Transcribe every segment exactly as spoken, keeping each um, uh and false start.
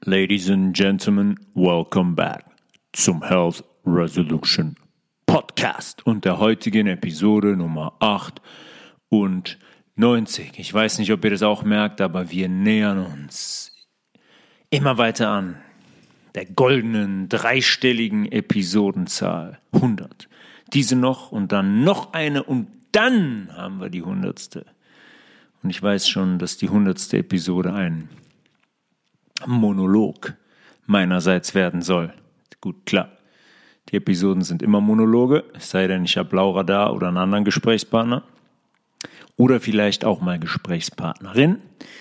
Ladies and Gentlemen, welcome back zum Health Resolution Podcast und der heutigen Episode Nummer achtundneunzig. Ich weiß nicht, ob ihr das auch merkt, aber wir nähern uns immer weiter an der goldenen, dreistelligen Episodenzahl hundert. Diese noch und dann noch eine und dann haben wir die hundertste. Und ich weiß schon, dass die hundertste Episode ein Monolog meinerseits werden soll. Gut, klar. Die Episoden sind immer Monologe, es sei denn, ich habe Laura da oder einen anderen Gesprächspartner. Oder vielleicht auch mal Gesprächspartnerin.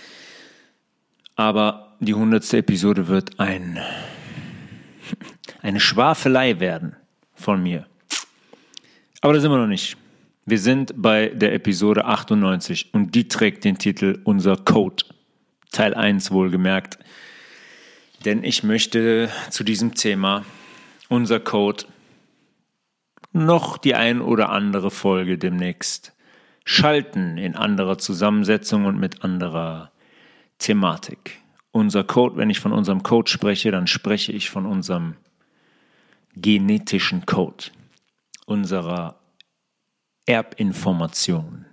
Aber die hundertste Episode wird ein, eine Schwafelei werden von mir. Aber da sind wir noch nicht. Wir sind bei der Episode achtundneunzig und die trägt den Titel Unser Code. Teil eins wohlgemerkt. Denn ich möchte zu diesem Thema, unser Code, noch die ein oder andere Folge demnächst schalten in anderer Zusammensetzung und mit anderer Thematik. Unser Code, wenn ich von unserem Code spreche, dann spreche ich von unserem genetischen Code, unserer Erbinformation,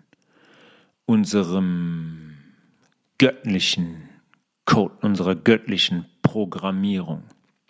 unserem göttlichen Code, unserer göttlichen Programmierung.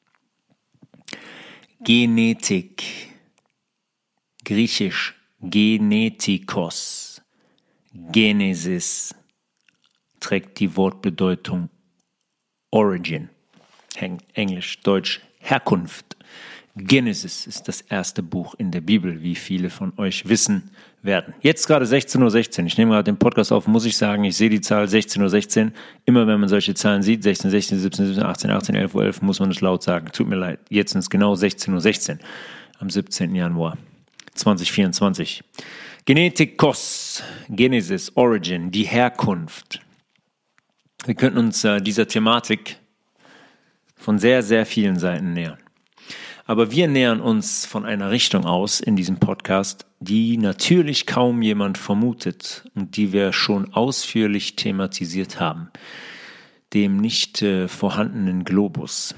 Genetik, griechisch Genetikos, Genesis, trägt die Wortbedeutung Origin, Englisch, Deutsch, Herkunft. Genesis ist das erste Buch in der Bibel, wie viele von euch wissen werden. Jetzt gerade sechzehn Uhr sechzehn. Ich nehme gerade den Podcast auf, muss ich sagen, ich sehe die Zahl sechzehn Uhr sechzehn. Immer wenn man solche Zahlen sieht, sechzehn, sechzehn, siebzehn, siebzehn, achtzehn, achtzehn, elf Uhr elf, muss man es laut sagen. Tut mir leid, jetzt sind es genau sechzehn Uhr sechzehn am siebzehnten Januar zweitausendvierundzwanzig. Genetikos, Genesis, Origin, die Herkunft. Wir könnten uns äh, dieser Thematik von sehr, sehr vielen Seiten nähern. Aber wir nähern uns von einer Richtung aus in diesem Podcast, die natürlich kaum jemand vermutet und die wir schon ausführlich thematisiert haben, dem nicht äh, vorhandenen Globus.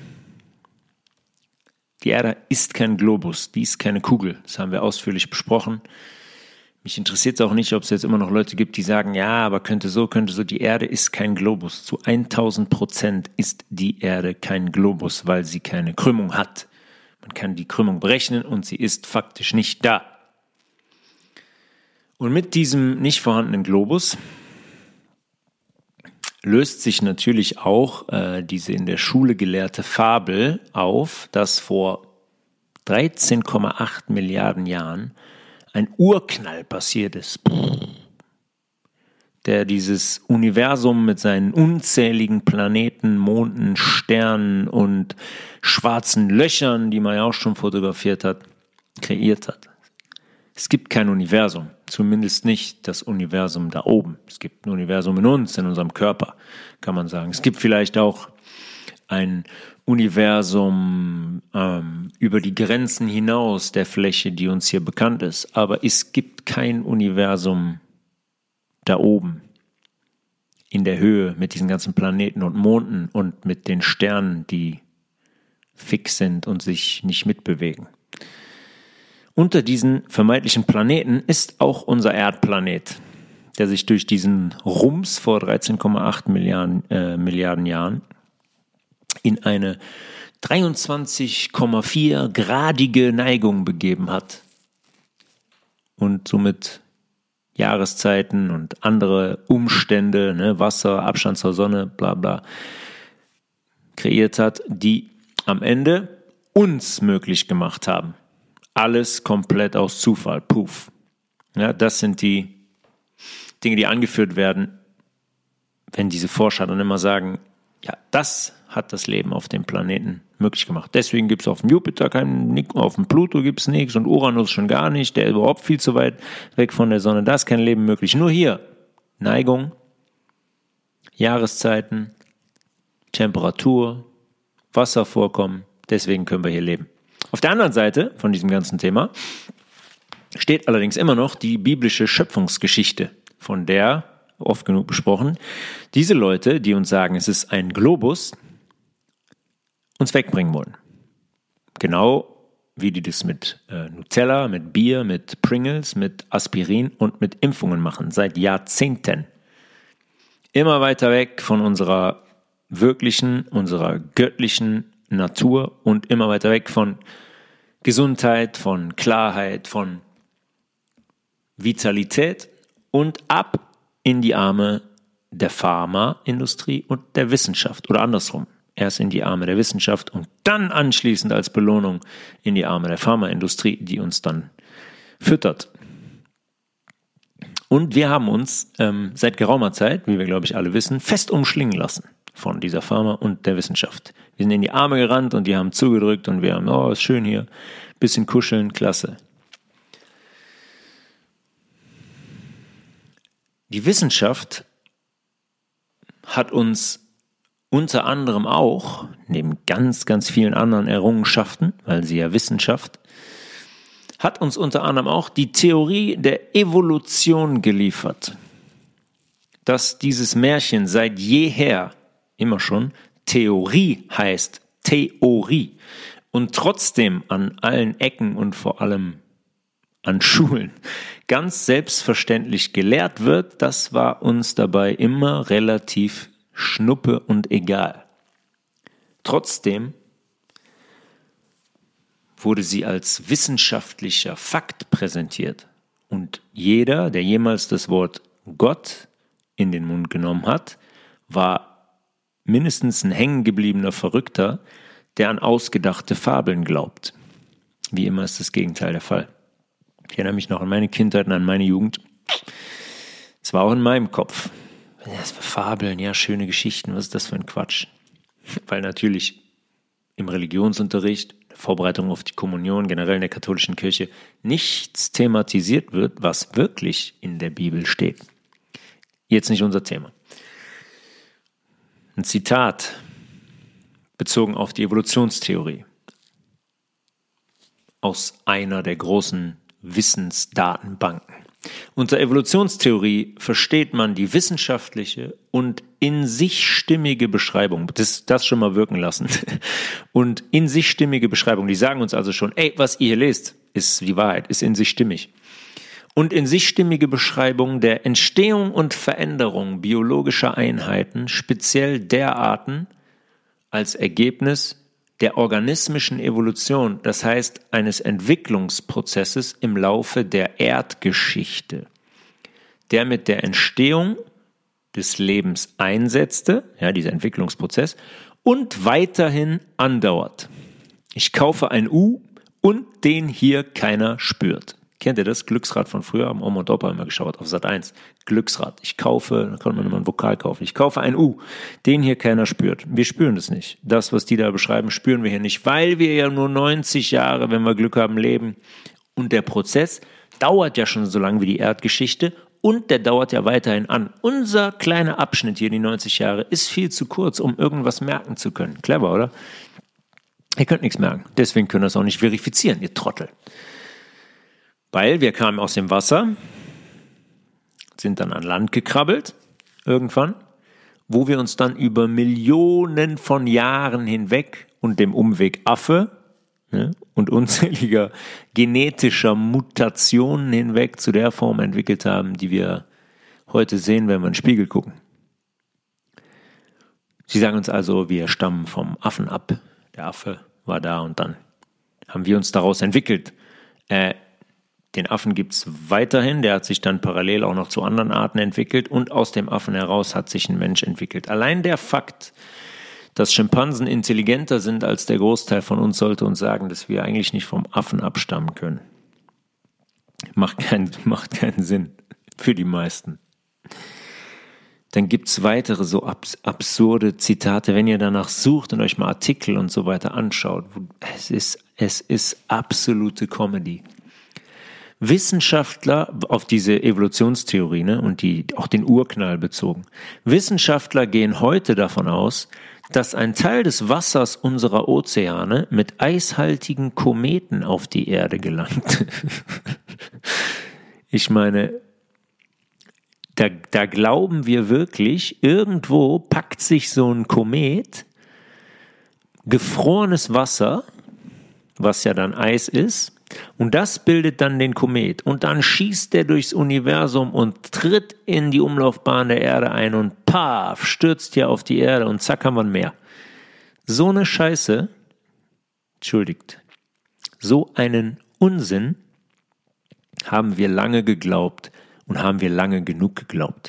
Die Erde ist kein Globus, die ist keine Kugel, das haben wir ausführlich besprochen. Mich interessiert es auch nicht, ob es jetzt immer noch Leute gibt, die sagen, ja, aber könnte so, könnte so, die Erde ist kein Globus. Zu tausend Prozent ist die Erde kein Globus, weil sie keine Krümmung hat. Man kann die Krümmung berechnen und sie ist faktisch nicht da. Und mit diesem nicht vorhandenen Globus löst sich natürlich auch äh, diese in der Schule gelehrte Fabel auf, dass vor dreizehn Komma acht Milliarden Jahren ein Urknall passiert ist, der dieses Universum mit seinen unzähligen Planeten, Monden, Sternen und schwarzen Löchern, die man ja auch schon fotografiert hat, kreiert hat. Es gibt kein Universum, zumindest nicht das Universum da oben. Es gibt ein Universum in uns, in unserem Körper, kann man sagen. Es gibt vielleicht auch ein Universum ähm, über die Grenzen hinaus der Fläche, die uns hier bekannt ist. Aber es gibt kein Universum da oben, in der Höhe, mit diesen ganzen Planeten und Monden und mit den Sternen, die fix sind und sich nicht mitbewegen. Unter diesen vermeintlichen Planeten ist auch unser Erdplanet, der sich durch diesen Rums vor dreizehn Komma acht Milliarden, äh, Milliarden Jahren in eine dreiundzwanzig Komma vier gradige Neigung begeben hat und somit Jahreszeiten und andere Umstände, ne, Wasser, Abstand zur Sonne, bla bla, kreiert hat, die am Ende uns möglich gemacht haben. Alles komplett aus Zufall, puff. Ja, das sind die Dinge, die angeführt werden, wenn diese Forscher dann immer sagen, ja, das hat das Leben auf dem Planeten möglich gemacht. Deswegen gibt es auf dem Jupiter keinen, auf dem Pluto gibt es nichts und Uranus schon gar nicht, der ist überhaupt viel zu weit weg von der Sonne. Da ist kein Leben möglich. Nur hier Neigung, Jahreszeiten, Temperatur, Wasservorkommen, deswegen können wir hier leben. Auf der anderen Seite von diesem ganzen Thema steht allerdings immer noch die biblische Schöpfungsgeschichte, von der, oft genug besprochen, diese Leute, die uns sagen, es ist ein Globus, uns wegbringen wollen. Genau wie die das mit äh, Nutella, mit Bier, mit Pringles, mit Aspirin und mit Impfungen machen, seit Jahrzehnten. Immer weiter weg von unserer wirklichen, unserer göttlichen Natur und immer weiter weg von Gesundheit, von Klarheit, von Vitalität und ab in die Arme der Pharmaindustrie und der Wissenschaft oder andersrum. Erst in die Arme der Wissenschaft und dann anschließend als Belohnung in die Arme der Pharmaindustrie, die uns dann füttert. Und wir haben uns ähm, seit geraumer Zeit, wie wir glaube ich alle wissen, fest umschlingen lassen von dieser Pharma und der Wissenschaft. Wir sind in die Arme gerannt und die haben zugedrückt und wir haben, oh, ist schön hier, bisschen kuscheln, klasse. Die Wissenschaft hat uns unter anderem auch, neben ganz, ganz vielen anderen Errungenschaften, weil sie ja Wissenschaft, hat uns unter anderem auch die Theorie der Evolution geliefert. Dass dieses Märchen seit jeher, immer schon, Theorie heißt, Theorie, und trotzdem an allen Ecken und vor allem an Schulen ganz selbstverständlich gelehrt wird, das war uns dabei immer relativ Schnuppe und egal. Trotzdem wurde sie als wissenschaftlicher Fakt präsentiert und jeder, der jemals das Wort Gott in den Mund genommen hat, war mindestens ein hängengebliebener Verrückter, der an ausgedachte Fabeln glaubt. Wie immer ist das Gegenteil der Fall. Ich erinnere mich noch an meine Kindheit und an meine Jugend. Es war auch in meinem Kopf. Das war Fabeln, ja, schöne Geschichten, was ist das für ein Quatsch? Weil natürlich im Religionsunterricht, der Vorbereitung auf die Kommunion, generell in der katholischen Kirche, nichts thematisiert wird, was wirklich in der Bibel steht. Jetzt nicht unser Thema. Ein Zitat bezogen auf die Evolutionstheorie aus einer der großen Wissensdatenbanken. Unter Evolutionstheorie versteht man die wissenschaftliche und in sich stimmige Beschreibung, das, das schon mal wirken lassen, und in sich stimmige Beschreibung, die sagen uns also schon, ey, was ihr hier lest, ist die Wahrheit, ist in sich stimmig. Und in sich stimmige Beschreibung der Entstehung und Veränderung biologischer Einheiten, speziell der Arten, als Ergebnis der organismischen Evolution, das heißt eines Entwicklungsprozesses im Laufe der Erdgeschichte, der mit der Entstehung des Lebens einsetzte, ja, dieser Entwicklungsprozess, und weiterhin andauert. Ich kaufe ein U und den hier keiner spürt. Kennt ihr das? Glücksrad von früher, haben Oma und Opa immer geschaut, auf Sat eins. Glücksrad. Ich kaufe, da konnte man immer ein Vokal kaufen. Ich kaufe ein U, den hier keiner spürt. Wir spüren das nicht. Das, was die da beschreiben, spüren wir hier nicht, weil wir ja nur neunzig Jahre, wenn wir Glück haben, leben. Und der Prozess dauert ja schon so lange wie die Erdgeschichte und der dauert ja weiterhin an. Unser kleiner Abschnitt hier, die neunzig Jahre, ist viel zu kurz, um irgendwas merken zu können. Clever, oder? Ihr könnt nichts merken. Deswegen könnt ihr das auch nicht verifizieren, ihr Trottel. Weil wir kamen aus dem Wasser, sind dann an Land gekrabbelt, irgendwann, wo wir uns dann über Millionen von Jahren hinweg und dem Umweg Affe, ne, und unzähliger genetischer Mutationen hinweg zu der Form entwickelt haben, die wir heute sehen, wenn wir in den Spiegel gucken. Sie sagen uns also, wir stammen vom Affen ab. Der Affe war da und dann haben wir uns daraus entwickelt. Äh, Den Affen gibt es weiterhin, der hat sich dann parallel auch noch zu anderen Arten entwickelt und aus dem Affen heraus hat sich ein Mensch entwickelt. Allein der Fakt, dass Schimpansen intelligenter sind als der Großteil von uns, sollte uns sagen, dass wir eigentlich nicht vom Affen abstammen können. Macht, kein, macht keinen Sinn für die meisten. Dann gibt es weitere so abs- absurde Zitate, wenn ihr danach sucht und euch mal Artikel und so weiter anschaut. Es ist, es ist absolute Comedy. Wissenschaftler auf diese Evolutionstheorie, ne, und die auch den Urknall bezogen. Wissenschaftler gehen heute davon aus, dass ein Teil des Wassers unserer Ozeane mit eishaltigen Kometen auf die Erde gelangt. Ich meine, da, da glauben wir wirklich, irgendwo packt sich so ein Komet, gefrorenes Wasser, was ja dann Eis ist, und das bildet dann den Komet. Und dann schießt der durchs Universum und tritt in die Umlaufbahn der Erde ein und paf, stürzt hier auf die Erde und zack haben wir ein Meer. So eine Scheiße, entschuldigt, so einen Unsinn haben wir lange geglaubt und haben wir lange genug geglaubt.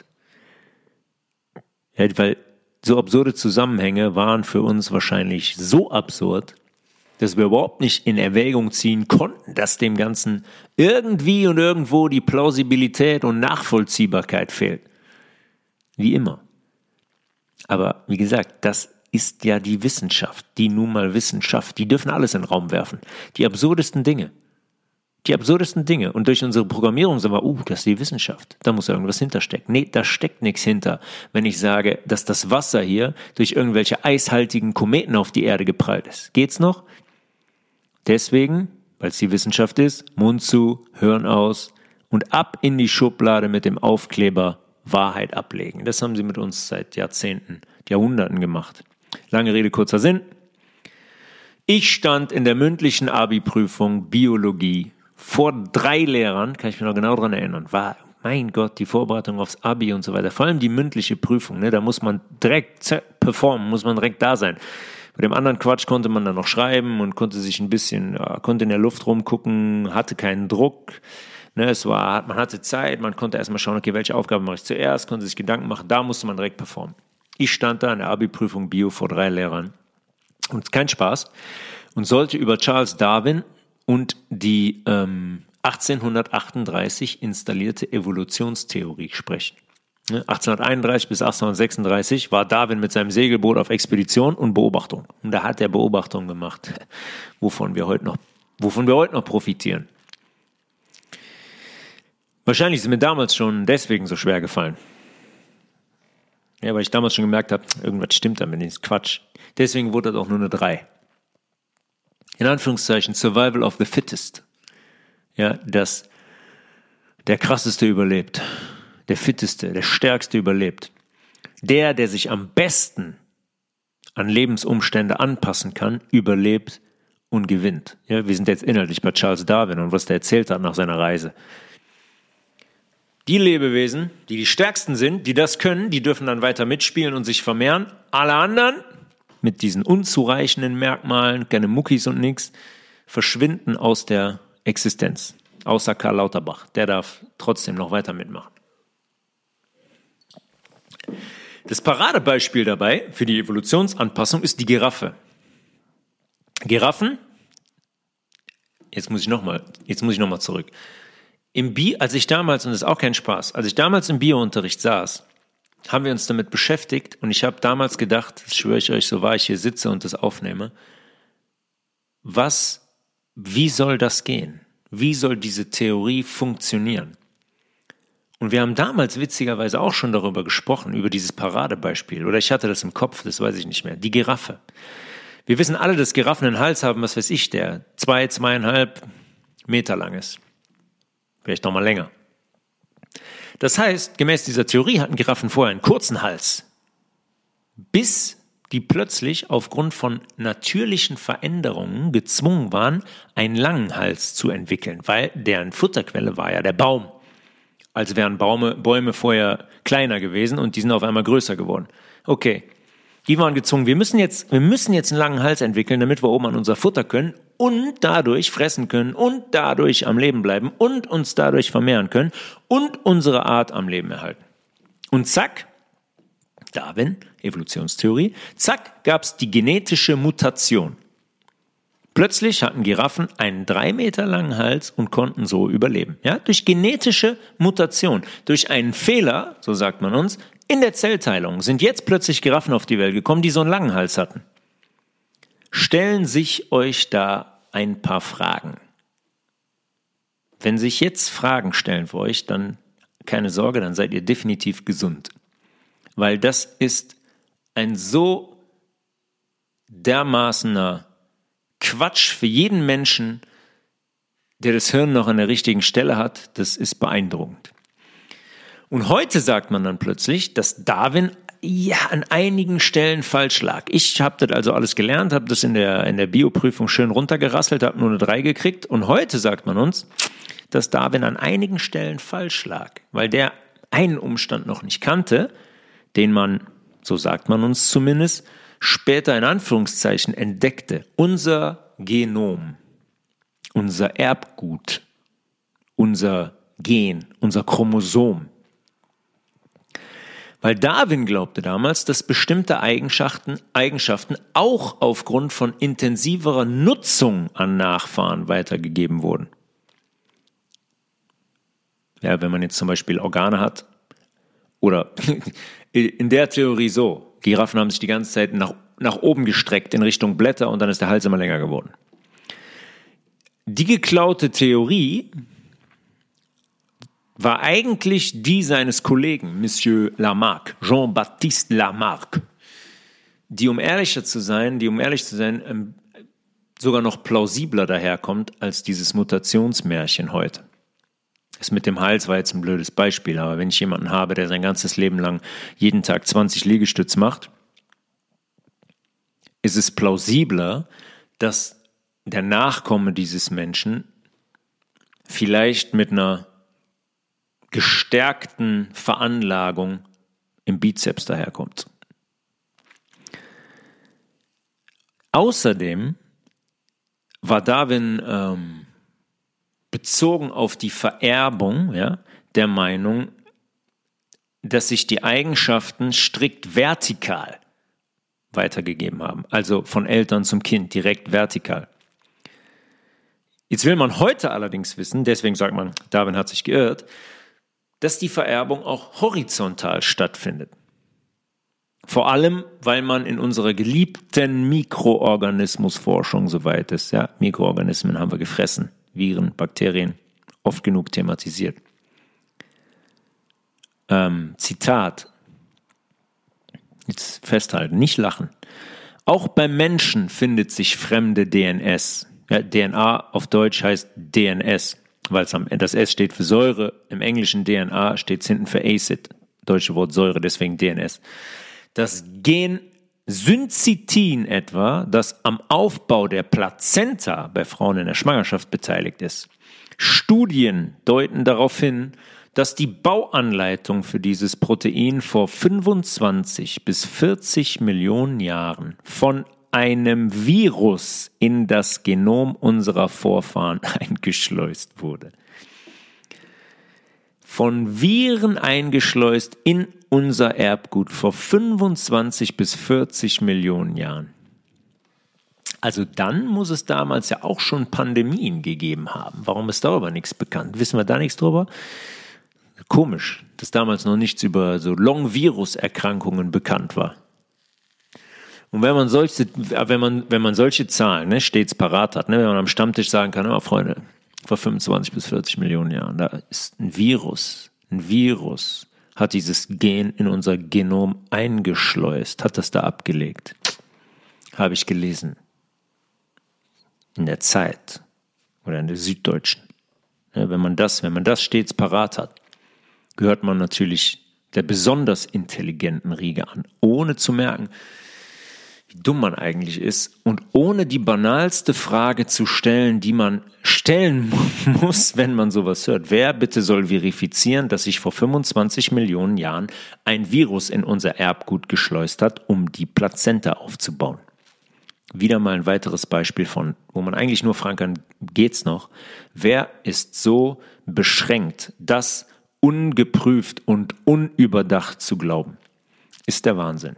Ja, weil so absurde Zusammenhänge waren für uns wahrscheinlich so absurd, dass wir überhaupt nicht in Erwägung ziehen konnten, dass dem Ganzen irgendwie und irgendwo die Plausibilität und Nachvollziehbarkeit fehlt. Wie immer. Aber wie gesagt, das ist ja die Wissenschaft, die nun mal Wissenschaft. Die dürfen alles in den Raum werfen. Die absurdesten Dinge. Die absurdesten Dinge. Und durch unsere Programmierung sagen wir, uh, das ist die Wissenschaft. Da muss irgendwas hinterstecken. Nee, da steckt nichts hinter, wenn ich sage, dass das Wasser hier durch irgendwelche eishaltigen Kometen auf die Erde geprallt ist. Geht's noch? Deswegen, weil es die Wissenschaft ist, Mund zu, Hirn aus und ab in die Schublade mit dem Aufkleber Wahrheit ablegen. Das haben sie mit uns seit Jahrzehnten, Jahrhunderten gemacht. Lange Rede, kurzer Sinn. Ich stand in der mündlichen Abi-Prüfung Biologie vor drei Lehrern, kann ich mich noch genau daran erinnern, war, mein Gott, die Vorbereitung aufs Abi und so weiter, vor allem die mündliche Prüfung, ne, da muss man direkt performen, muss man direkt da sein. Bei dem anderen Quatsch konnte man dann noch schreiben und konnte sich ein bisschen, ja, konnte in der Luft rumgucken, hatte keinen Druck. Ne, es war, man hatte Zeit, man konnte erstmal schauen, okay, welche Aufgabe mache ich zuerst, konnte sich Gedanken machen, da musste man direkt performen. Ich stand da in der Abi-Prüfung Bio vor drei Lehrern und kein Spaß und sollte über Charles Darwin und die ähm, achtzehnhundertachtunddreißig installierte Evolutionstheorie sprechen. achtzehnhunderteinunddreißig bis achtzehnhundertsechsunddreißig war Darwin mit seinem Segelboot auf Expedition und Beobachtung. Und da hat er Beobachtungen gemacht, wovon wir heute noch, wovon wir heute noch profitieren. Wahrscheinlich ist mir damals schon deswegen so schwer gefallen. Ja, weil ich damals schon gemerkt habe, irgendwas stimmt damit nicht, ist Quatsch. Deswegen wurde das auch nur eine drei. In Anführungszeichen Survival of the Fittest. Ja, dass der Krasseste überlebt. Der Fitteste, der Stärkste überlebt. Der, der sich am besten an Lebensumstände anpassen kann, überlebt und gewinnt. Ja, wir sind jetzt inhaltlich bei Charles Darwin und was der erzählt hat nach seiner Reise. Die Lebewesen, die die stärksten sind, die das können, die dürfen dann weiter mitspielen und sich vermehren. Alle anderen, mit diesen unzureichenden Merkmalen, keine Muckis und nix, verschwinden aus der Existenz. Außer Karl Lauterbach, der darf trotzdem noch weiter mitmachen. Das Paradebeispiel dabei für die Evolutionsanpassung ist die Giraffe. Giraffen, jetzt muss ich nochmal, jetzt muss ich noch mal zurück. Im Bi, als ich damals, und das ist auch kein Spaß, als ich damals im Biounterricht saß, haben wir uns damit beschäftigt und ich habe damals gedacht, das schwöre ich euch, so wahr ich hier sitze und das aufnehme, was, wie soll das gehen? Wie soll diese Theorie funktionieren? Und wir haben damals witzigerweise auch schon darüber gesprochen, über dieses Paradebeispiel. Oder ich hatte das im Kopf, das weiß ich nicht mehr. Die Giraffe. Wir wissen alle, dass Giraffen einen Hals haben, was weiß ich, der zwei, zweieinhalb Meter lang ist. Vielleicht noch mal länger. Das heißt, gemäß dieser Theorie hatten Giraffen vorher einen kurzen Hals, bis die plötzlich aufgrund von natürlichen Veränderungen gezwungen waren, einen langen Hals zu entwickeln, weil deren Futterquelle war ja der Baum. Als wären Bäume, Bäume vorher kleiner gewesen und die sind auf einmal größer geworden. Okay, die waren gezwungen, wir müssen jetzt, wir müssen jetzt einen langen Hals entwickeln, damit wir oben an unser Futter können und dadurch fressen können und dadurch am Leben bleiben und uns dadurch vermehren können und unsere Art am Leben erhalten. Und zack, Darwin, Evolutionstheorie, zack, gab es die genetische Mutation. Plötzlich hatten Giraffen einen drei Meter langen Hals und konnten so überleben. Ja, durch genetische Mutation, durch einen Fehler, so sagt man uns, in der Zellteilung sind jetzt plötzlich Giraffen auf die Welt gekommen, die so einen langen Hals hatten. Stellen sich euch da ein paar Fragen. Wenn sich jetzt Fragen stellen für euch, dann keine Sorge, dann seid ihr definitiv gesund. Weil das ist ein so dermaßener Quatsch für jeden Menschen, der das Hirn noch an der richtigen Stelle hat, das ist beeindruckend. Und heute sagt man dann plötzlich, dass Darwin ja an einigen Stellen falsch lag. Ich habe das also alles gelernt, habe das in der, in der Bioprüfung schön runtergerasselt, habe nur eine drei gekriegt. Und heute sagt man uns, dass Darwin an einigen Stellen falsch lag, weil der einen Umstand noch nicht kannte, den man, so sagt man uns zumindest, später in Anführungszeichen entdeckte. Unser Genom, unser Erbgut, unser Gen, unser Chromosom. Weil Darwin glaubte damals, dass bestimmte Eigenschaften, Eigenschaften auch aufgrund von intensiverer Nutzung an Nachfahren weitergegeben wurden. Ja, wenn man jetzt zum Beispiel Organe hat, oder in der Theorie so, Giraffen haben sich die ganze Zeit nach, nach oben gestreckt in Richtung Blätter und dann ist der Hals immer länger geworden. Die geklaute Theorie war eigentlich die seines Kollegen, Monsieur Lamarck, Jean-Baptiste Lamarck, die, um ehrlicher zu sein, die, um ehrlich zu sein, ähm, sogar noch plausibler daherkommt als dieses Mutationsmärchen heute. Das mit dem Hals war jetzt ein blödes Beispiel, aber wenn ich jemanden habe, der sein ganzes Leben lang jeden Tag zwanzig Liegestütz macht, ist es plausibler, dass der Nachkomme dieses Menschen vielleicht mit einer gestärkten Veranlagung im Bizeps daherkommt. Außerdem war Darwin ähm, bezogen auf die Vererbung, ja, der Meinung, dass sich die Eigenschaften strikt vertikal weitergegeben haben, also von Eltern zum Kind, direkt vertikal. Jetzt will man heute allerdings wissen, deswegen sagt man, Darwin hat sich geirrt, dass die Vererbung auch horizontal stattfindet. Vor allem, weil man in unserer geliebten Mikroorganismusforschung so weit ist. Ja, Mikroorganismen haben wir gefressen, Viren, Bakterien, oft genug thematisiert. Ähm, Zitat, jetzt festhalten, nicht lachen. Auch beim Menschen findet sich fremde D N S. Ja, D N A auf Deutsch heißt D N S. Weil das S steht für Säure, im Englischen D N A steht hinten für Acid, deutsche Wort Säure, deswegen D N S. Das Gen Syncytin etwa, das am Aufbau der Plazenta bei Frauen in der Schwangerschaft beteiligt ist. Studien deuten darauf hin, dass die Bauanleitung für dieses Protein vor fünfundzwanzig bis vierzig Millionen Jahren von einem Virus in das Genom unserer Vorfahren eingeschleust wurde. Von Viren eingeschleust in unser Erbgut vor fünfundzwanzig bis vierzig Millionen Jahren. Also dann muss es damals ja auch schon Pandemien gegeben haben. Warum ist darüber nichts bekannt? Wissen wir da nichts drüber? Komisch, dass damals noch nichts über so Long-Virus-Erkrankungen bekannt war. Und wenn man solche, wenn man, wenn man solche Zahlen ne, stets parat hat, ne, wenn man am Stammtisch sagen kann, oh, Freunde, vor fünfundzwanzig bis vierzig Millionen Jahren, da ist ein Virus, ein Virus hat dieses Gen in unser Genom eingeschleust, hat das da abgelegt. Habe ich gelesen. In der Zeit oder in der Süddeutschen. Ja, wenn man das, wenn man das stets parat hat, gehört man natürlich der besonders intelligenten Riege an, ohne zu merken, wie dumm man eigentlich ist und ohne die banalste Frage zu stellen, die man stellen muss, wenn man sowas hört. Wer bitte soll verifizieren, dass sich vor fünfundzwanzig Millionen Jahren ein Virus in unser Erbgut geschleust hat, um die Plazenta aufzubauen? Wieder mal ein weiteres Beispiel von, wo man eigentlich nur fragen kann, geht's noch? Wer ist so beschränkt, das ungeprüft und unüberdacht zu glauben? Ist der Wahnsinn.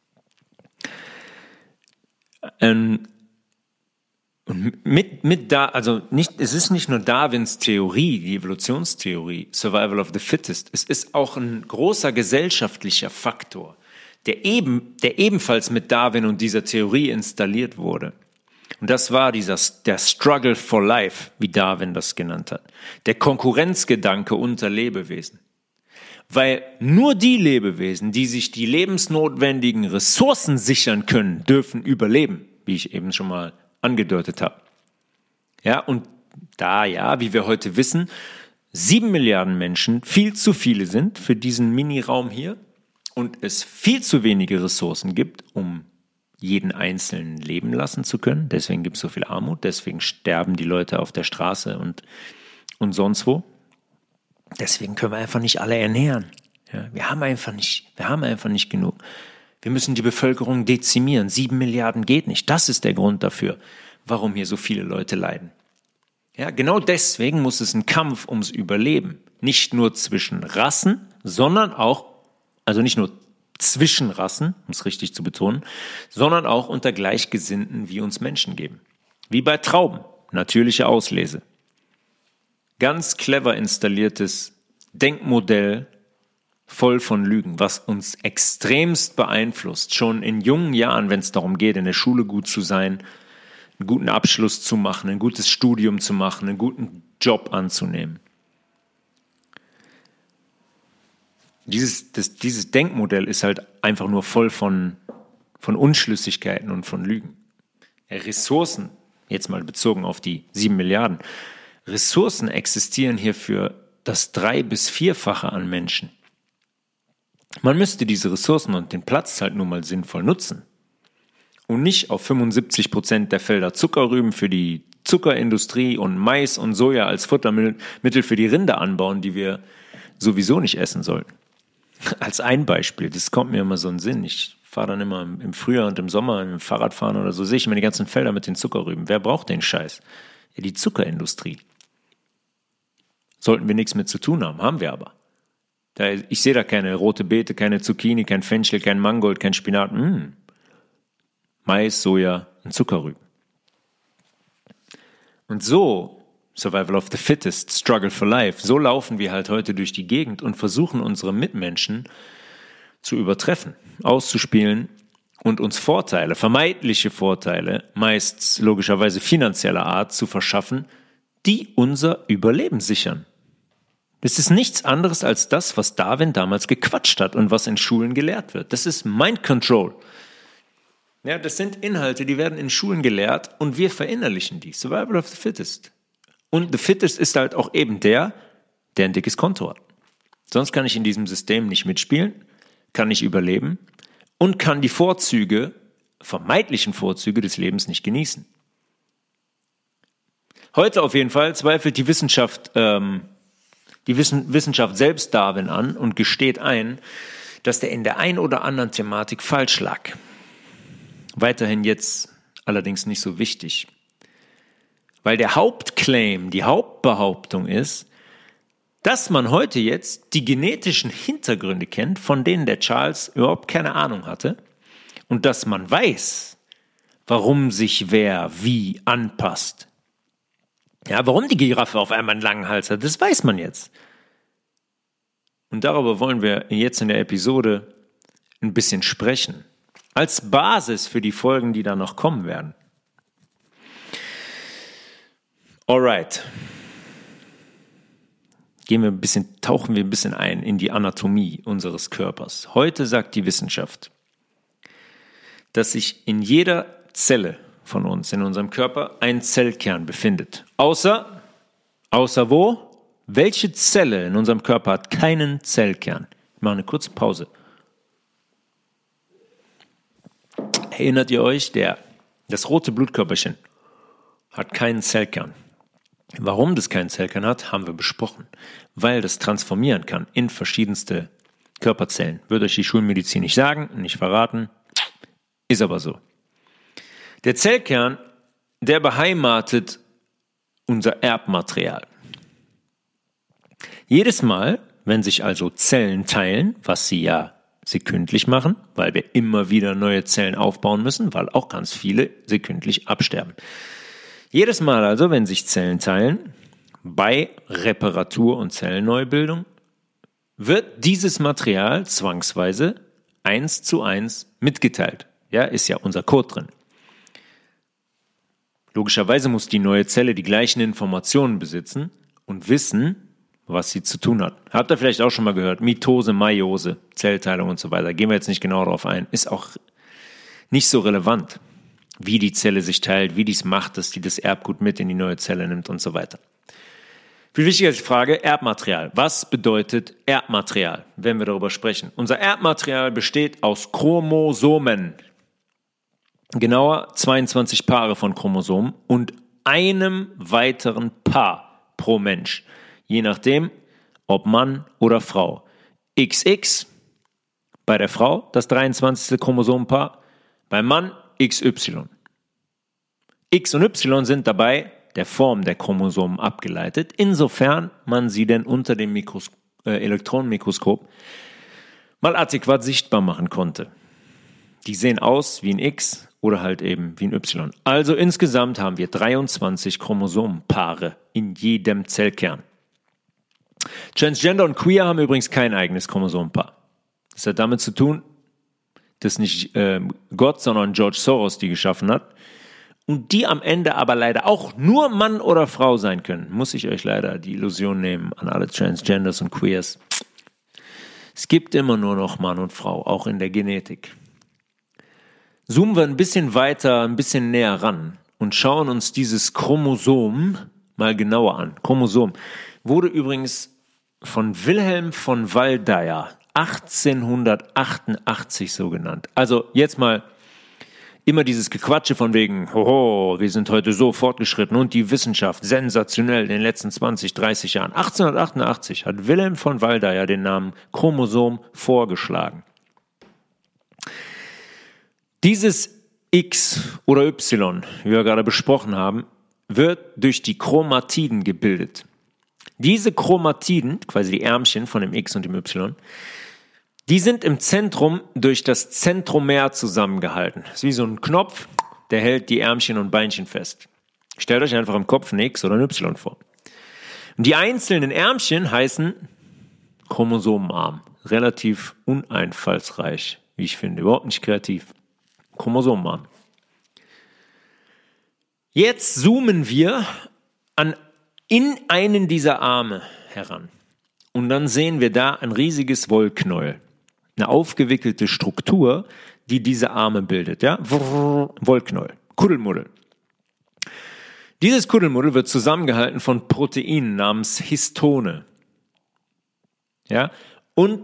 Ähm, und mit, mit da, also nicht, es ist nicht nur Darwins Theorie, die Evolutionstheorie, Survival of the Fittest, es ist auch ein großer gesellschaftlicher Faktor, der eben, der ebenfalls mit Darwin und dieser Theorie installiert wurde. Und das war dieser, der Struggle for Life, wie Darwin das genannt hat. Der Konkurrenzgedanke unter Lebewesen. Weil nur die Lebewesen, die sich die lebensnotwendigen Ressourcen sichern können, dürfen überleben, wie ich eben schon mal angedeutet habe. Ja, und da ja, wie wir heute wissen, sieben Milliarden Menschen viel zu viele sind für diesen Miniraum hier und es viel zu wenige Ressourcen gibt, um jeden Einzelnen leben lassen zu können. Deswegen gibt es so viel Armut, deswegen sterben die Leute auf der Straße und, und sonst wo. Deswegen können wir einfach nicht alle ernähren. Ja, wir haben einfach nicht, wir haben einfach nicht genug. Wir müssen die Bevölkerung dezimieren. Sieben Milliarden geht nicht. Das ist der Grund dafür, warum hier so viele Leute leiden. Ja, genau deswegen muss es ein Kampf ums Überleben. Nicht nur zwischen Rassen, sondern auch, also nicht nur zwischen Rassen, um es richtig zu betonen, sondern auch unter Gleichgesinnten, wie uns Menschen geben. Wie bei Trauben, natürliche Auslese. Ganz clever installiertes Denkmodell, voll von Lügen, was uns extremst beeinflusst, schon in jungen Jahren, wenn es darum geht, in der Schule gut zu sein, einen guten Abschluss zu machen, ein gutes Studium zu machen, einen guten Job anzunehmen. Dieses, das, dieses Denkmodell ist halt einfach nur voll von, von Unschlüssigkeiten und von Lügen. Ressourcen, jetzt mal bezogen auf die sieben Milliarden, Ressourcen existieren hier für das drei- bis vierfache an Menschen. Man müsste diese Ressourcen und den Platz halt nur mal sinnvoll nutzen und nicht auf fünfundsiebzig Prozent der Felder Zuckerrüben für die Zuckerindustrie und Mais und Soja als Futtermittel für die Rinder anbauen, die wir sowieso nicht essen sollten. Als ein Beispiel, das kommt mir immer so in den Sinn. Ich fahre dann immer im Frühjahr und im Sommer im Fahrradfahren oder so, sehe ich immer die ganzen Felder mit den Zuckerrüben. Wer braucht den Scheiß? Ja, die Zuckerindustrie. Sollten wir nichts mit zu tun haben, haben wir aber. Da, ich sehe da keine rote Beete, keine Zucchini, kein Fenchel, kein Mangold, kein Spinat. Mmh. Mais, Soja und Zuckerrüben. Und so, Survival of the Fittest, Struggle for Life, so laufen wir halt heute durch die Gegend und versuchen unsere Mitmenschen zu übertreffen, auszuspielen und uns Vorteile, vermeintliche Vorteile, meist logischerweise finanzieller Art, zu verschaffen, die unser Überleben sichern. Das ist nichts anderes als das, was Darwin damals gequatscht hat und was in Schulen gelehrt wird. Das ist Mind Control. Ja, das sind Inhalte, die werden in Schulen gelehrt und wir verinnerlichen die. Survival of the Fittest. Und the Fittest ist halt auch eben der, der ein dickes Konto hat. Sonst kann ich in diesem System nicht mitspielen, kann nicht überleben und kann die Vorzüge, vermeintlichen Vorzüge des Lebens nicht genießen. Heute auf jeden Fall zweifelt die Wissenschaft, ähm, die Wissen, Wissenschaft selbst Darwin an und gesteht ein, dass der in der ein oder anderen Thematik falsch lag. Weiterhin jetzt allerdings nicht so wichtig. Weil der Hauptclaim, die Hauptbehauptung ist, dass man heute jetzt die genetischen Hintergründe kennt, von denen der Charles überhaupt keine Ahnung hatte, und dass man weiß, warum sich wer wie anpasst. Ja, warum die Giraffe auf einmal einen langen Hals hat, das weiß man jetzt. Und darüber wollen wir jetzt in der Episode ein bisschen sprechen. Als Basis für die Folgen, die da noch kommen werden. Alright. Gehen wir ein bisschen, tauchen wir ein bisschen ein in die Anatomie unseres Körpers. Heute sagt die Wissenschaft, dass sich in jeder Zelle von uns, in unserem Körper, ein Zellkern befindet. Außer, außer wo? Welche Zelle in unserem Körper hat keinen Zellkern? Ich mache eine kurze Pause. Erinnert ihr euch, der, das rote Blutkörperchen hat keinen Zellkern. Warum das keinen Zellkern hat, haben wir besprochen. Weil das transformieren kann in verschiedenste Körperzellen. Würde euch die Schulmedizin nicht sagen, nicht verraten, ist aber so. Der Zellkern, der beheimatet unser Erbmaterial. Jedes Mal, wenn sich also Zellen teilen, was sie ja sekündlich machen, weil wir immer wieder neue Zellen aufbauen müssen, weil auch ganz viele sekündlich absterben. Jedes Mal also, wenn sich Zellen teilen, bei Reparatur und Zellneubildung, wird dieses Material zwangsweise eins zu eins mitgeteilt. Ja, ist ja unser Code drin. Logischerweise muss die neue Zelle die gleichen Informationen besitzen und wissen, was sie zu tun hat. Habt ihr vielleicht auch schon mal gehört? Mitose, Meiose, Zellteilung und so weiter. Gehen wir jetzt nicht genau darauf ein. Ist auch nicht so relevant, wie die Zelle sich teilt, wie die es macht, dass die das Erbgut mit in die neue Zelle nimmt und so weiter. Viel wichtiger ist die Frage, Erbmaterial. Was bedeutet Erbmaterial, wenn wir darüber sprechen? Unser Erbmaterial besteht aus Chromosomen. Genauer zweiundzwanzig Paare von Chromosomen und einem weiteren Paar pro Mensch. Je nachdem, ob Mann oder Frau. X X bei der Frau, das dreiundzwanzigste Chromosomenpaar, beim Mann X Y. X und Y sind dabei der Form der Chromosomen abgeleitet, insofern man sie denn unter dem Mikros- äh, Elektronenmikroskop mal adäquat sichtbar machen konnte. Die sehen aus wie ein X oder halt eben wie ein Y. Also insgesamt haben wir dreiundzwanzig Chromosomenpaare in jedem Zellkern. Transgender und Queer haben übrigens kein eigenes Chromosomenpaar. Das hat damit zu tun, dass nicht äh, Gott, sondern George Soros die geschaffen hat. Und die am Ende aber leider auch nur Mann oder Frau sein können. Muss ich euch leider die Illusion nehmen an alle Transgenders und Queers. Es gibt immer nur noch Mann und Frau, auch in der Genetik. Zoomen wir ein bisschen weiter, ein bisschen näher ran und schauen uns dieses Chromosom mal genauer an. Chromosom wurde übrigens von Wilhelm von Waldeyer achtzehnhundertachtundachtzig so genannt. Also jetzt mal immer dieses Gequatsche von wegen, hoho, wir sind heute so fortgeschritten und die Wissenschaft sensationell in den letzten zwanzig, dreißig Jahren. achtzehnhundertachtundachtzig hat Wilhelm von Waldeyer den Namen Chromosom vorgeschlagen. Dieses X oder Y, wie wir gerade besprochen haben, wird durch die Chromatiden gebildet. Diese Chromatiden, quasi die Ärmchen von dem X und dem Y, die sind im Zentrum durch das Zentromer zusammengehalten. Das ist wie so ein Knopf, der hält die Ärmchen und Beinchen fest. Stellt euch einfach im Kopf ein X oder ein Y vor. Und die einzelnen Ärmchen heißen Chromosomenarm. Relativ uneinfallsreich, wie ich finde. Überhaupt nicht kreativ. Chromosomenarm. Jetzt zoomen wir an, in einen dieser Arme heran. Und dann sehen wir da ein riesiges Wollknäuel. Eine aufgewickelte Struktur, die diese Arme bildet. Ja? Wollknäuel, Kuddelmuddel. Dieses Kuddelmuddel wird zusammengehalten von Proteinen namens Histone. Ja? Und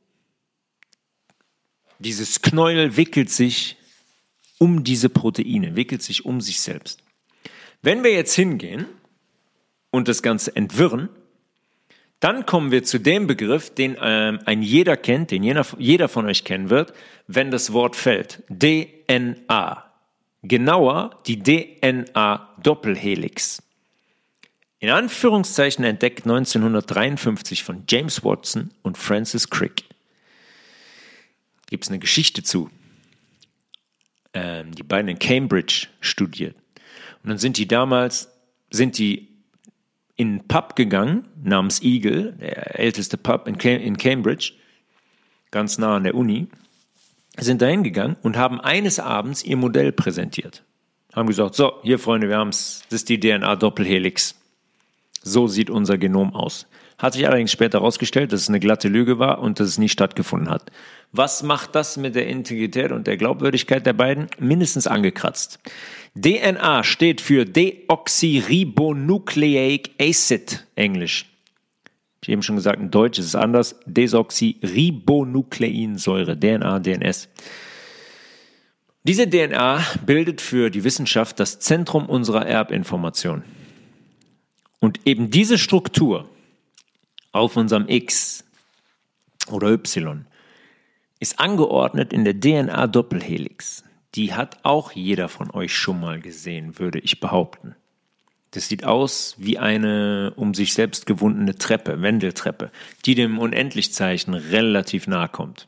dieses Knäuel wickelt sich um diese Proteine, wickelt sich um sich selbst. Wenn wir jetzt hingehen und das Ganze entwirren, dann kommen wir zu dem Begriff, den ähm, ein jeder kennt, den jeder, jeder von euch kennen wird, wenn das Wort fällt. D N A. Genauer die D N A-Doppelhelix. In Anführungszeichen entdeckt neunzehnhundertdreiundfünfzig von James Watson und Francis Crick. Gibt es eine Geschichte zu. Ähm, die beiden in Cambridge studiert. Und dann sind die damals, sind die in einen Pub gegangen, namens Eagle, der älteste Pub in Cambridge, ganz nah an der Uni, sind da hingegangen und haben eines Abends ihr Modell präsentiert. Haben gesagt, so, hier Freunde, wir haben es, das ist die D N A-Doppelhelix. So sieht unser Genom aus. Hat sich allerdings später herausgestellt, dass es eine glatte Lüge war und dass es nie stattgefunden hat. Was macht das mit der Integrität und der Glaubwürdigkeit der beiden? Mindestens angekratzt. D N A steht für Deoxyribonucleic Acid, Englisch. Ich habe eben schon gesagt, in Deutsch ist es anders. Desoxyribonukleinsäure, D N A, D N S. Diese D N A bildet für die Wissenschaft das Zentrum unserer Erbinformation. Und eben diese Struktur auf unserem X oder Y ist angeordnet in der D N A-Doppelhelix. Die hat auch jeder von euch schon mal gesehen, würde ich behaupten. Das sieht aus wie eine um sich selbst gewundene Treppe, Wendeltreppe, die dem Unendlichzeichen relativ nahe kommt.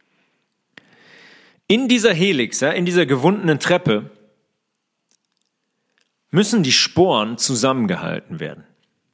In dieser Helix, in dieser gewundenen Treppe, müssen die Sporen zusammengehalten werden.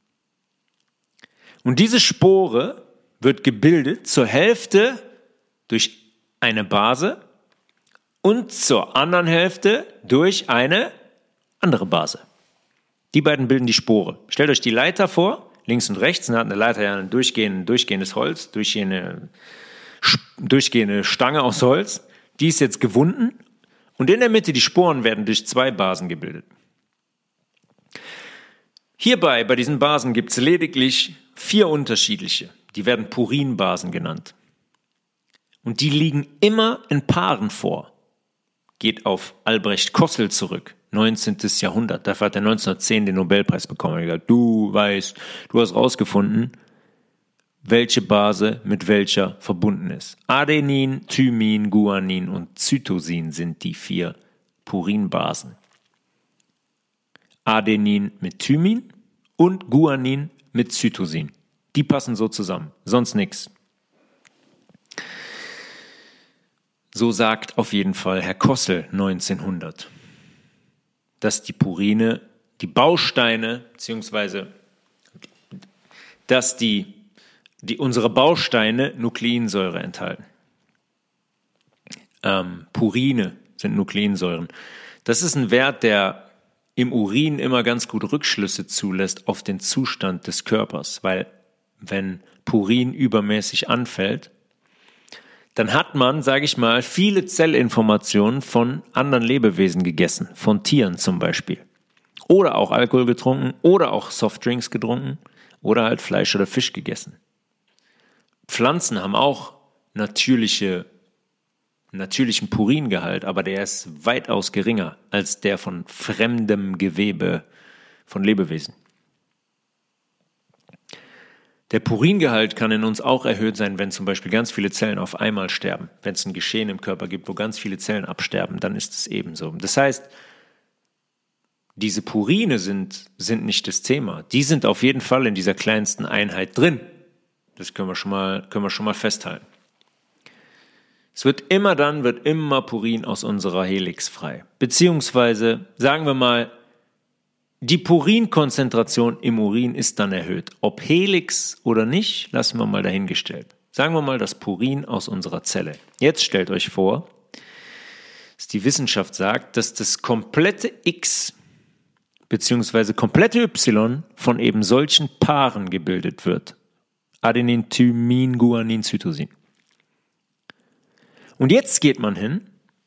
Und diese Spore wird gebildet zur Hälfte durch eine Base und zur anderen Hälfte durch eine andere Base. Die beiden bilden die Spore. Stellt euch die Leiter vor, links und rechts, dann hat eine Leiter ja ein durchgehend, durchgehendes Holz, durchgehende, durchgehende Stange aus Holz. Die ist jetzt gewunden und in der Mitte die Sporen werden durch zwei Basen gebildet. Hierbei, bei diesen Basen, gibt es lediglich vier unterschiedliche. Die werden Purinbasen genannt. Und die liegen immer in Paaren vor. Geht auf Albrecht Kossel zurück, neunzehnten. Jahrhundert. Dafür hat er neunzehnhundertzehn den Nobelpreis bekommen. Er hat gesagt, du weißt, du hast rausgefunden, welche Base mit welcher verbunden ist. Adenin, Thymin, Guanin und Cytosin sind die vier Purinbasen. Adenin mit Thymin und Guanin mit Cytosin. Die passen so zusammen, sonst nichts. So sagt auf jeden Fall Herr Kossel neunzehnhundert, dass die Purine, die Bausteine, beziehungsweise dass die, die unsere Bausteine Nukleinsäure enthalten. Ähm, Purine sind Nukleinsäuren. Das ist ein Wert, der im Urin immer ganz gut Rückschlüsse zulässt auf den Zustand des Körpers, weil wenn Purin übermäßig anfällt, dann hat man, sage ich mal, viele Zellinformationen von anderen Lebewesen gegessen, von Tieren zum Beispiel. Oder auch Alkohol getrunken, oder auch Softdrinks getrunken, oder halt Fleisch oder Fisch gegessen. Pflanzen haben auch natürliche, natürlichen Puringehalt, aber der ist weitaus geringer als der von fremdem Gewebe von Lebewesen. Der Puringehalt kann in uns auch erhöht sein, wenn zum Beispiel ganz viele Zellen auf einmal sterben. Wenn es ein Geschehen im Körper gibt, wo ganz viele Zellen absterben, dann ist es ebenso. Das heißt, diese Purine sind, sind nicht das Thema. Die sind auf jeden Fall in dieser kleinsten Einheit drin. Das können wir schon mal, können wir schon mal festhalten. Es wird immer dann, wird immer Purin aus unserer Helix frei. Beziehungsweise, sagen wir mal, die Purinkonzentration im Urin ist dann erhöht. Ob Helix oder nicht, lassen wir mal dahingestellt. Sagen wir mal das Purin aus unserer Zelle. Jetzt stellt euch vor, dass die Wissenschaft sagt, dass das komplette X bzw. komplette Y von eben solchen Paaren gebildet wird. Adenin, Thymin, Guanin, Cytosin. Und jetzt geht man hin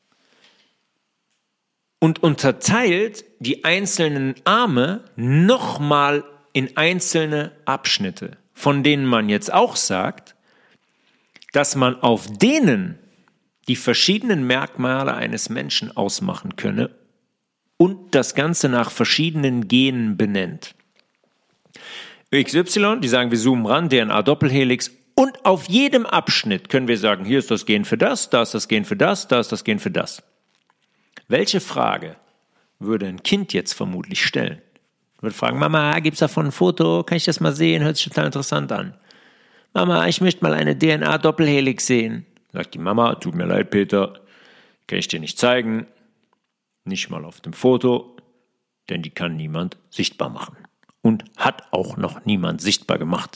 und unterteilt die einzelnen Arme nochmal in einzelne Abschnitte, von denen man jetzt auch sagt, dass man auf denen die verschiedenen Merkmale eines Menschen ausmachen könne und das Ganze nach verschiedenen Genen benennt. X Y, die sagen, wir zoomen ran, D N A-Doppelhelix, und auf jedem Abschnitt können wir sagen, hier ist das Gen für das, da ist das Gen für das, da ist das Gen für das. Welche Frage würde ein Kind jetzt vermutlich stellen? Würde fragen, Mama, gibt's davon ein Foto? Kann ich das mal sehen? Hört sich total interessant an. Mama, ich möchte mal eine D N A-Doppelhelix sehen. Sagt die Mama, tut mir leid, Peter, kann ich dir nicht zeigen. Nicht mal auf dem Foto, denn die kann niemand sichtbar machen. Und hat auch noch niemand sichtbar gemacht.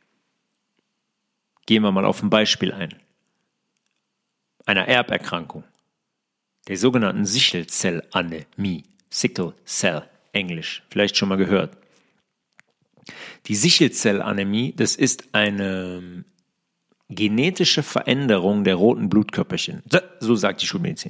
Gehen wir mal auf ein Beispiel ein. Einer Erberkrankung. Der sogenannten Sichelzellanämie. Sickle Cell, Englisch, vielleicht schon mal gehört. Die Sichelzellanämie, das ist eine genetische Veränderung der roten Blutkörperchen. So sagt die Schulmedizin.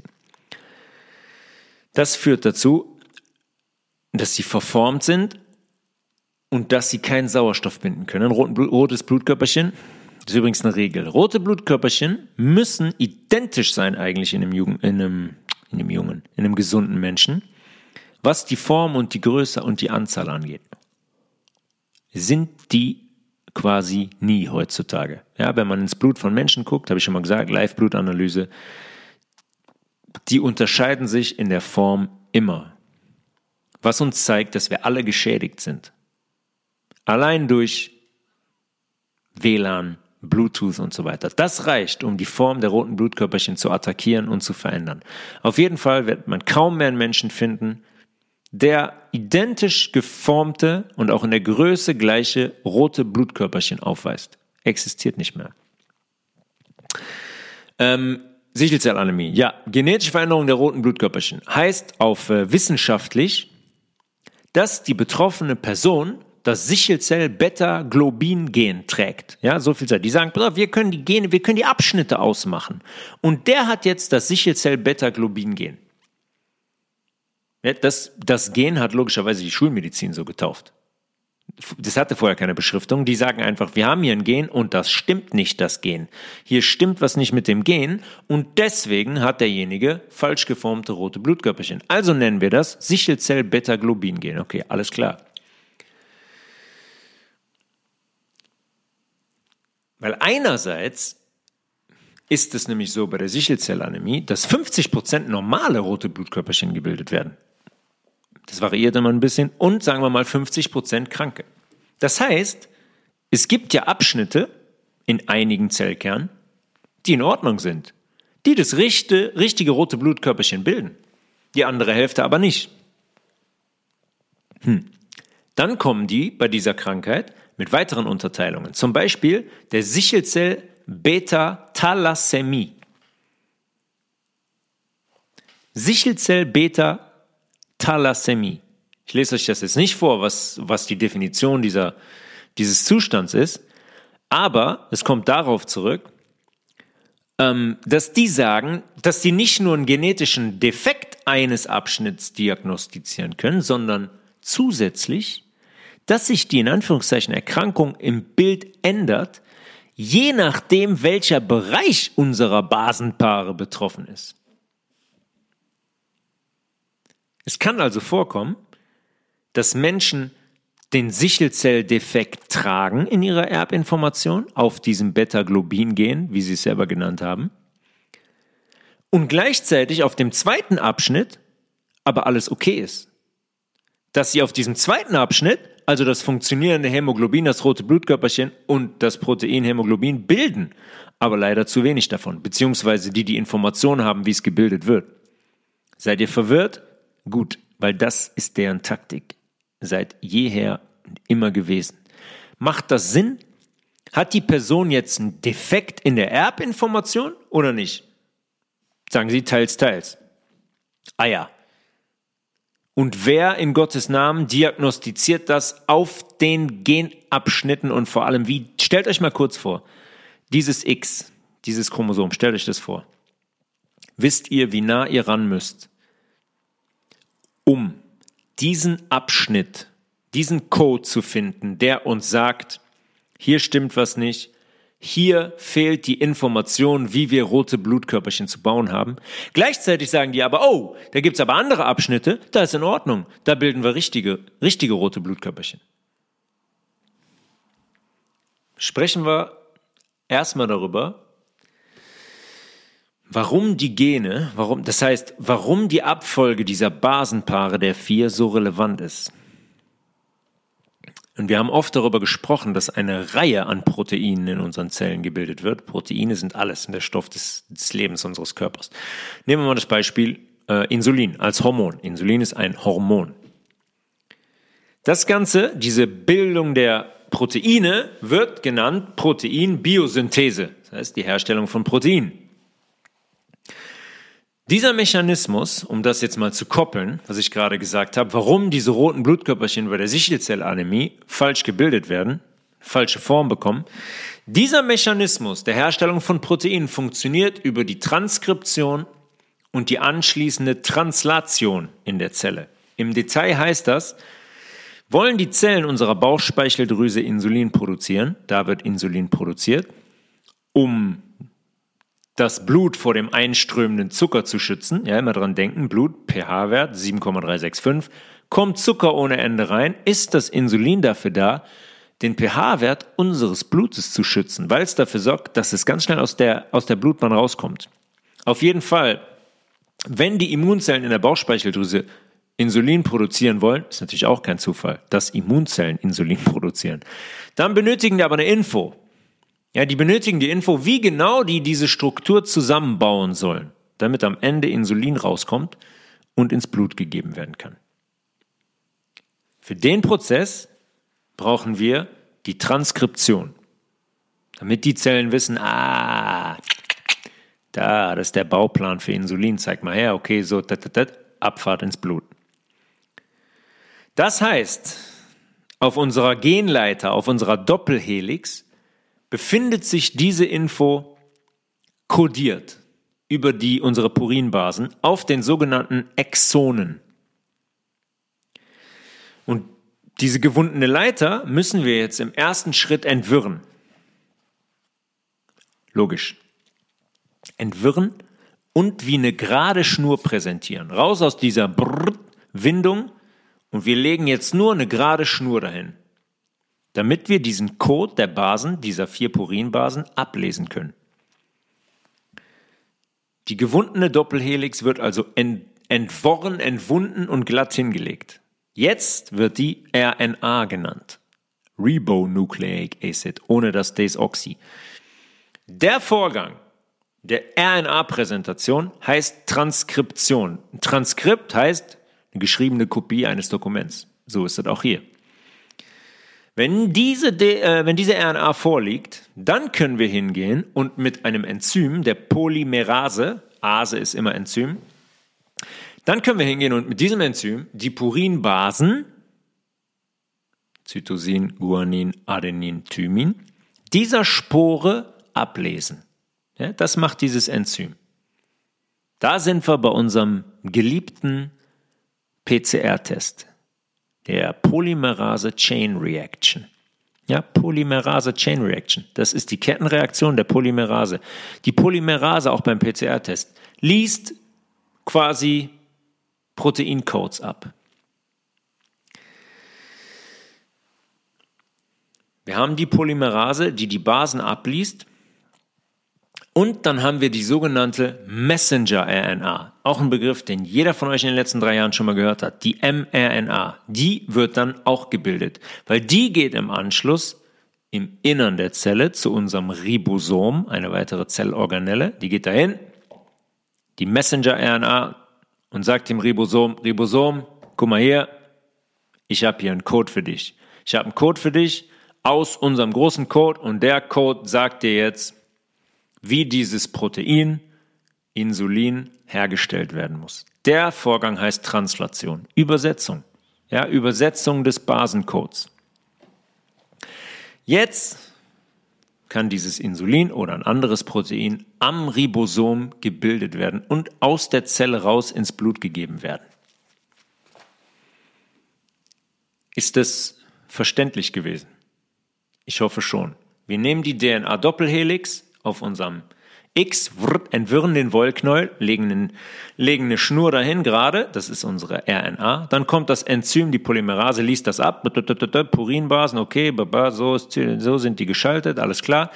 Das führt dazu, dass sie verformt sind und dass sie keinen Sauerstoff binden können. Ein rotes Blutkörperchen, das ist übrigens eine Regel. Rote Blutkörperchen müssen identisch sein eigentlich in einem, Jugend, in einem, in einem jungen, in einem gesunden Menschen, was die Form und die Größe und die Anzahl angeht. Sind die quasi nie heutzutage. Ja, wenn man ins Blut von Menschen guckt, habe ich schon mal gesagt, Live-Blutanalyse, die unterscheiden sich in der Form immer. Was uns zeigt, dass wir alle geschädigt sind. Allein durch W L A N, Bluetooth und so weiter. Das reicht, um die Form der roten Blutkörperchen zu attackieren und zu verändern. Auf jeden Fall wird man kaum mehr einen Menschen finden, der identisch geformte und auch in der Größe gleiche rote Blutkörperchen aufweist. Existiert nicht mehr. Ähm, Sichelzellanämie. Ja, genetische Veränderung der roten Blutkörperchen heißt auf äh, wissenschaftlich, dass die betroffene Person das Sichelzell-Beta-Globin-Gen trägt. Ja, so viel Zeit. Die sagen, wir können die Gene, wir können die Abschnitte ausmachen. Und der hat jetzt das Sichelzell-Beta-Globin-Gen. Ja, das, das Gen hat logischerweise die Schulmedizin so getauft. Das hatte vorher keine Beschriftung. Die sagen einfach, wir haben hier ein Gen und das stimmt nicht, das Gen. Hier stimmt was nicht mit dem Gen und deswegen hat derjenige falsch geformte rote Blutkörperchen. Also nennen wir das Sichelzell-Beta-Globin-Gen. Okay, alles klar. Weil einerseits ist es nämlich so bei der Sichelzellanämie, dass fünfzig Prozent normale rote Blutkörperchen gebildet werden. Das variiert immer ein bisschen. Und sagen wir mal fünfzig Prozent Kranke. Das heißt, es gibt ja Abschnitte in einigen Zellkernen, die in Ordnung sind. Die das richtige, richtige rote Blutkörperchen bilden. Die andere Hälfte aber nicht. Hm. Dann kommen die bei dieser Krankheit mit weiteren Unterteilungen. Zum Beispiel der Sichelzell-Beta-Thalassämie. Sichelzell-Beta Thalassämie. Ich lese euch das jetzt nicht vor, was, was die Definition dieser, dieses Zustands ist, aber es kommt darauf zurück, ähm, dass die sagen, dass die nicht nur einen genetischen Defekt eines Abschnitts diagnostizieren können, sondern zusätzlich, dass sich die in Anführungszeichen Erkrankung im Bild ändert, je nachdem, welcher Bereich unserer Basenpaare betroffen ist. Es kann also vorkommen, dass Menschen den Sichelzelldefekt tragen in ihrer Erbinformation auf diesem Beta-Globin-Gen, wie sie es selber genannt haben, und gleichzeitig auf dem zweiten Abschnitt aber alles okay ist. Dass sie auf diesem zweiten Abschnitt, also das funktionierende Hämoglobin, das rote Blutkörperchen und das Protein Hämoglobin bilden, aber leider zu wenig davon, beziehungsweise die die Information haben, wie es gebildet wird. Seid ihr verwirrt? Gut, weil das ist deren Taktik. Seit jeher und immer gewesen. Macht das Sinn? Hat die Person jetzt einen Defekt in der Erbinformation oder nicht? Sagen sie teils, teils. Ah ja. Und wer in Gottes Namen diagnostiziert das auf den Genabschnitten und vor allem wie? Stellt euch mal kurz vor, dieses X, dieses Chromosom, stellt euch das vor. Wisst ihr, wie nah ihr ran müsst, um diesen Abschnitt, diesen Code zu finden, der uns sagt, hier stimmt was nicht, hier fehlt die Information, wie wir rote Blutkörperchen zu bauen haben. Gleichzeitig sagen die aber, oh, da gibt's aber andere Abschnitte, da ist in Ordnung, da bilden wir richtige, richtige rote Blutkörperchen. Sprechen wir erstmal darüber, warum die Gene, warum, das heißt, warum die Abfolge dieser Basenpaare der vier so relevant ist. Und wir haben oft darüber gesprochen, dass eine Reihe an Proteinen in unseren Zellen gebildet wird. Proteine sind alles, der Stoff des, des Lebens unseres Körpers. Nehmen wir mal das Beispiel äh, Insulin als Hormon. Insulin ist ein Hormon. Das Ganze, diese Bildung der Proteine, wird genannt Proteinbiosynthese. Das heißt, die Herstellung von Proteinen. Dieser Mechanismus, um das jetzt mal zu koppeln, was ich gerade gesagt habe, warum diese roten Blutkörperchen bei der Sichelzellanämie falsch gebildet werden, falsche Form bekommen, dieser Mechanismus der Herstellung von Proteinen funktioniert über die Transkription und die anschließende Translation in der Zelle. Im Detail heißt das, wollen die Zellen unserer Bauchspeicheldrüse Insulin produzieren, da wird Insulin produziert, um das Blut vor dem einströmenden Zucker zu schützen. Ja, immer dran denken, Blut, pH-Wert sieben Komma drei sechs fünf, kommt Zucker ohne Ende rein, ist das Insulin dafür da, den pH-Wert unseres Blutes zu schützen, weil es dafür sorgt, dass es ganz schnell aus der, aus der Blutbahn rauskommt. Auf jeden Fall, wenn die Immunzellen in der Bauchspeicheldrüse Insulin produzieren wollen, ist natürlich auch kein Zufall, dass Immunzellen Insulin produzieren, dann benötigen die aber eine Info. Ja, die benötigen die Info, wie genau die diese Struktur zusammenbauen sollen, damit am Ende Insulin rauskommt und ins Blut gegeben werden kann. Für den Prozess brauchen wir die Transkription, damit die Zellen wissen, ah, da, das ist der Bauplan für Insulin, zeig mal her, okay, so, dat, dat, dat, Abfahrt ins Blut. Das heißt, auf unserer Genleiter, auf unserer Doppelhelix, befindet sich diese Info kodiert über die, unsere Purinbasen auf den sogenannten Exonen. Und Diese gewundene Leiter müssen wir jetzt im ersten Schritt entwirren. Logisch. Entwirren und wie eine gerade Schnur präsentieren. Raus aus dieser Brrr-Windung und wir legen jetzt nur eine gerade Schnur dahin, damit wir diesen Code der Basen, dieser vier Purinbasen, ablesen können. Die gewundene Doppelhelix wird also ent- entworren, entwunden und glatt hingelegt. Jetzt wird die R N A genannt. Ribonucleic Acid, ohne das Desoxy. Der Vorgang der R N A-Präsentation heißt Transkription. Transkript heißt eine geschriebene Kopie eines Dokuments. So ist das auch hier. Wenn diese, D, äh, wenn diese R N A vorliegt, dann können wir hingehen und mit einem Enzym, der Polymerase, Ase ist immer Enzym, dann können wir hingehen und mit diesem Enzym die Purinbasen, Cytosin, Guanin, Adenin, Thymin, dieser Spore ablesen. Ja, das macht dieses Enzym. Da sind wir bei unserem geliebten P C R-Test, der Polymerase Chain Reaction. Ja, Polymerase Chain Reaction. Das ist die Kettenreaktion der Polymerase. Die Polymerase, auch beim P C R-Test, liest quasi Proteincodes ab. Wir haben die Polymerase, die die Basen abliest. Und dann haben wir die sogenannte Messenger-R N A. Auch ein Begriff, den jeder von euch in den letzten drei Jahren schon mal gehört hat. Die mRNA. Die wird dann auch gebildet. Weil die geht im Anschluss im Innern der Zelle zu unserem Ribosom, eine weitere Zellorganelle. Die geht dahin, die Messenger-R N A, und sagt dem Ribosom, Ribosom, guck mal hier, ich habe hier einen Code für dich. Ich habe einen Code für dich aus unserem großen Code und der Code sagt dir jetzt, wie dieses Protein, Insulin, hergestellt werden muss. Der Vorgang heißt Translation, Übersetzung. Ja, Übersetzung des Basencodes. Jetzt kann dieses Insulin oder ein anderes Protein am Ribosom gebildet werden und aus der Zelle raus ins Blut gegeben werden. Ist das verständlich gewesen? Ich hoffe schon. Wir nehmen die D N A-Doppelhelix auf unserem X, entwirren den Wollknäuel, legen, einen, legen eine Schnur dahin gerade, das ist unsere R N A, dann kommt das Enzym, die Polymerase, liest das ab, Purinbasen, okay, so, ist, so sind die geschaltet, alles klar.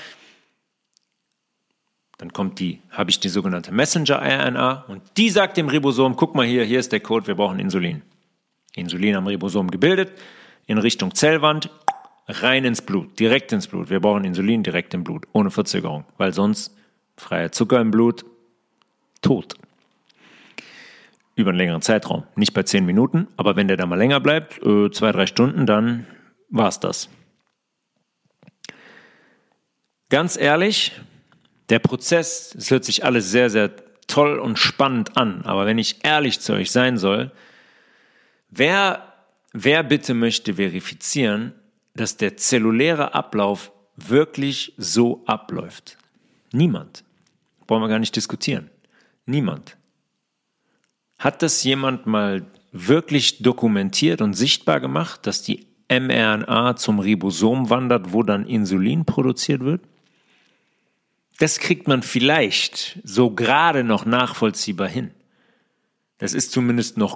Dann kommt die, habe ich die sogenannte Messenger-R N A und die sagt dem Ribosom, guck mal hier, hier ist der Code, wir brauchen Insulin. Insulin am Ribosom gebildet, in Richtung Zellwand, rein ins Blut, direkt ins Blut. Wir brauchen Insulin direkt im Blut, ohne Verzögerung, weil sonst freier Zucker im Blut, tot. Über einen längeren Zeitraum, nicht bei zehn Minuten, aber wenn der da mal länger bleibt, äh, zwei, drei Stunden, dann war's das. Ganz ehrlich, der Prozess, es hört sich alles sehr, sehr toll und spannend an, aber wenn ich ehrlich zu euch sein soll, wer, wer bitte möchte verifizieren, dass der zelluläre Ablauf wirklich so abläuft? Niemand. Brauchen wir gar nicht diskutieren. Niemand. Hat das jemand mal wirklich dokumentiert und sichtbar gemacht, dass die mRNA zum Ribosom wandert, wo dann Insulin produziert wird? Das kriegt man vielleicht so gerade noch nachvollziehbar hin. Das ist zumindest noch